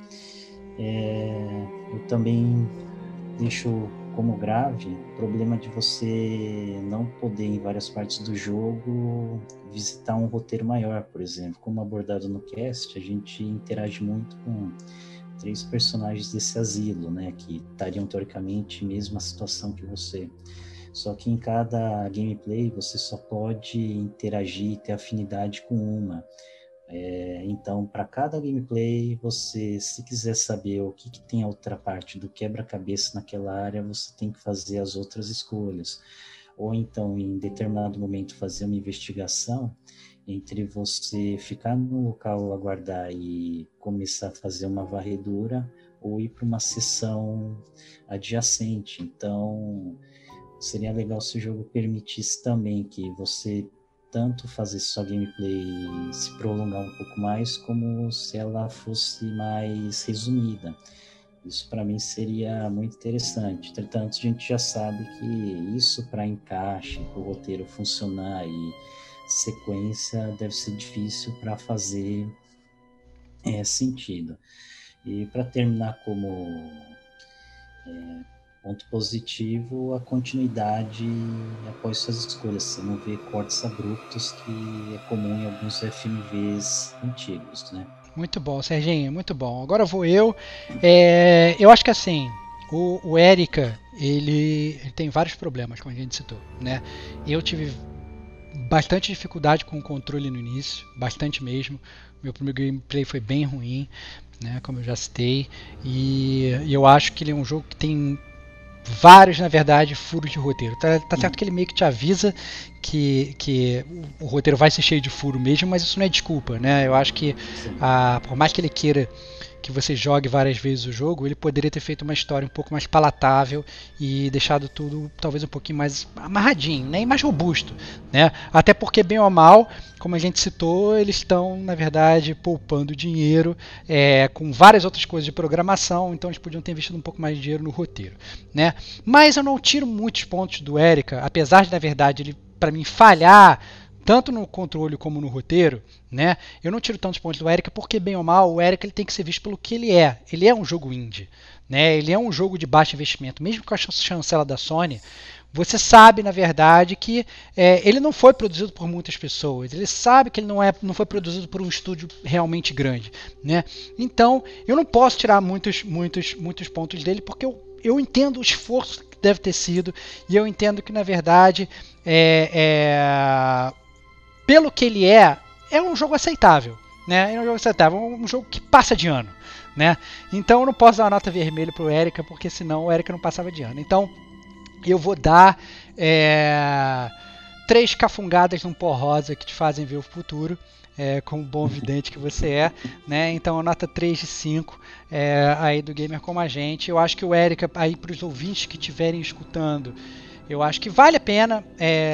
Eu também deixo como grave o problema de você não poder, em várias partes do jogo, visitar um roteiro maior, por exemplo. Como abordado no cast, a gente interage muito com 3 personagens desse asilo, né, que estariam teoricamente mesma situação que você. Só que em cada gameplay você só pode interagir e ter afinidade com uma. Então, para cada gameplay, você, se quiser saber o que tem a outra parte do quebra-cabeça naquela área, você tem que fazer as outras escolhas. Ou então, em determinado momento, fazer uma investigação entre você ficar no local, aguardar e começar a fazer uma varredura, ou ir para uma sessão adjacente. Então, seria legal se o jogo permitisse também que você tanto fazer sua gameplay se prolongar um pouco mais, como se ela fosse mais resumida. Isso para mim seria muito interessante. Entretanto, a gente já sabe que isso para encaixe, para o roteiro funcionar e sequência deve ser difícil para fazer sentido. E para terminar como ponto positivo, a continuidade após suas escolhas. Você não vê cortes abruptos, que é comum em alguns FMVs antigos, né? Muito bom, Serginho, muito bom. Agora vou eu. Eu acho que assim, o Erika, ele tem vários problemas, como a gente citou, né? Eu tive bastante dificuldade com o controle no início, bastante mesmo. Meu primeiro gameplay foi bem ruim, né? Como eu já citei. E eu acho que ele é um jogo que tem vários, na verdade, furos de roteiro. Tá certo que ele meio que te avisa que o roteiro vai ser cheio de furo mesmo, mas isso não é desculpa, né? Eu acho que por mais que ele queira que você jogue várias vezes o jogo, ele poderia ter feito uma história um pouco mais palatável e deixado tudo talvez um pouquinho mais amarradinho, né? E mais robusto, né? Até porque, bem ou mal, como a gente citou, eles estão, na verdade, poupando dinheiro com várias outras coisas de programação, então eles podiam ter investido um pouco mais de dinheiro no roteiro, né? Mas eu não tiro muitos pontos do Erica, apesar de, na verdade, ele, para mim, falhar tanto no controle como no roteiro, né? Eu não tiro tantos pontos do Erica porque, bem ou mal, o Erica ele tem que ser visto pelo que ele é. Ele é um jogo indie, né? Ele é um jogo de baixo investimento. Mesmo com a chancela da Sony, você sabe, na verdade, que ele não foi produzido por muitas pessoas. Ele sabe que ele não foi produzido por um estúdio realmente grande, né? Então, eu não posso tirar muitos pontos dele porque eu entendo o esforço que deve ter sido e eu entendo que, na verdade, pelo que ele é um jogo aceitável, né? É um jogo aceitável, um jogo que passa de ano, né? Então eu não posso dar uma nota vermelha pro Erica, porque senão o Erica não passava de ano. Então eu vou dar 3 cafungadas num pó rosa que te fazem ver o futuro, como bom vidente que você é, né? Então a nota 3 de 5 aí do Gamer Como a Gente. Eu acho que o Erica, aí para os ouvintes que estiverem escutando, eu acho que vale a pena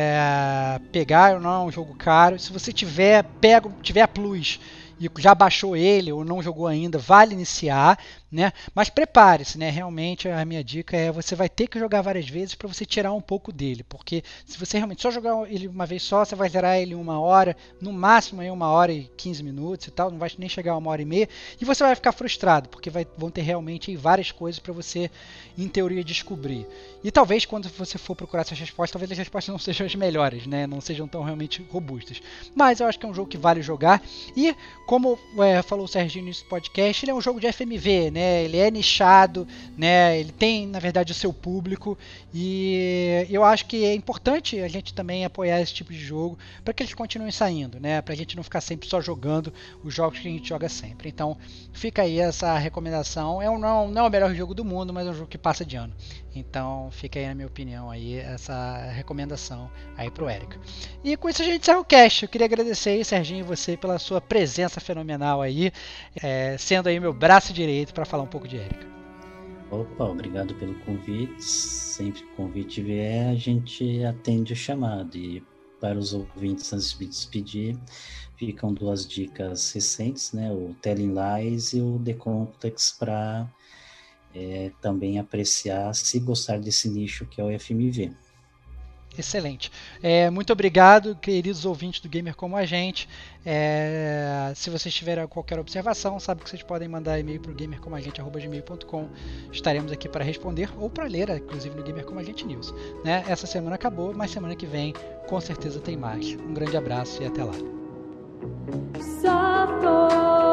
pegar, não é um jogo caro. Se você tiver a Plus e já baixou ele ou não jogou ainda, vale iniciar, né? Mas prepare-se, né? Realmente a minha dica você vai ter que jogar várias vezes para você tirar um pouco dele, porque se você realmente só jogar ele uma vez só, você vai zerar ele em 1 hora, no máximo aí 1 hora e 15 minutos e tal, não vai nem chegar a 1 hora e meia, e você vai ficar frustrado, porque vão ter realmente várias coisas para você, em teoria, descobrir. E talvez quando você for procurar essas respostas, talvez as respostas não sejam as melhores, né? Não sejam tão realmente robustas. Mas eu acho que é um jogo que vale jogar, e como falou o Serginho nesse podcast, ele é um jogo de FMV, né? Ele é nichado, né? Ele tem, na verdade, o seu público, e eu acho que é importante a gente também apoiar esse tipo de jogo para que eles continuem saindo, né? Para a gente não ficar sempre só jogando os jogos que a gente joga sempre. Então fica aí essa recomendação. Não é o melhor jogo do mundo, mas é um jogo que passa de ano. Então fica aí, na minha opinião, aí, essa recomendação aí pro Erica. E com isso a gente encerra o cast. Eu queria agradecer aí, Serginho, você pela sua presença fenomenal aí, sendo aí meu braço direito para falar um pouco de Erica. Opa, obrigado pelo convite. Sempre que o convite vier, a gente atende o chamado. E para os ouvintes, antes de me despedir, ficam 2 dicas recentes, né? O Telling Lies e o The Context para também apreciar, se gostar desse nicho que é o FMV. Excelente. Muito obrigado, queridos ouvintes do Gamer Como a Gente. Se vocês tiverem qualquer observação, sabe que vocês podem mandar e-mail para o gamercomagente@gmail.com. Estaremos aqui para responder ou para ler, inclusive no Gamer Como a Gente News, né? Essa semana acabou, mas semana que vem com certeza tem mais. Um grande abraço e até lá.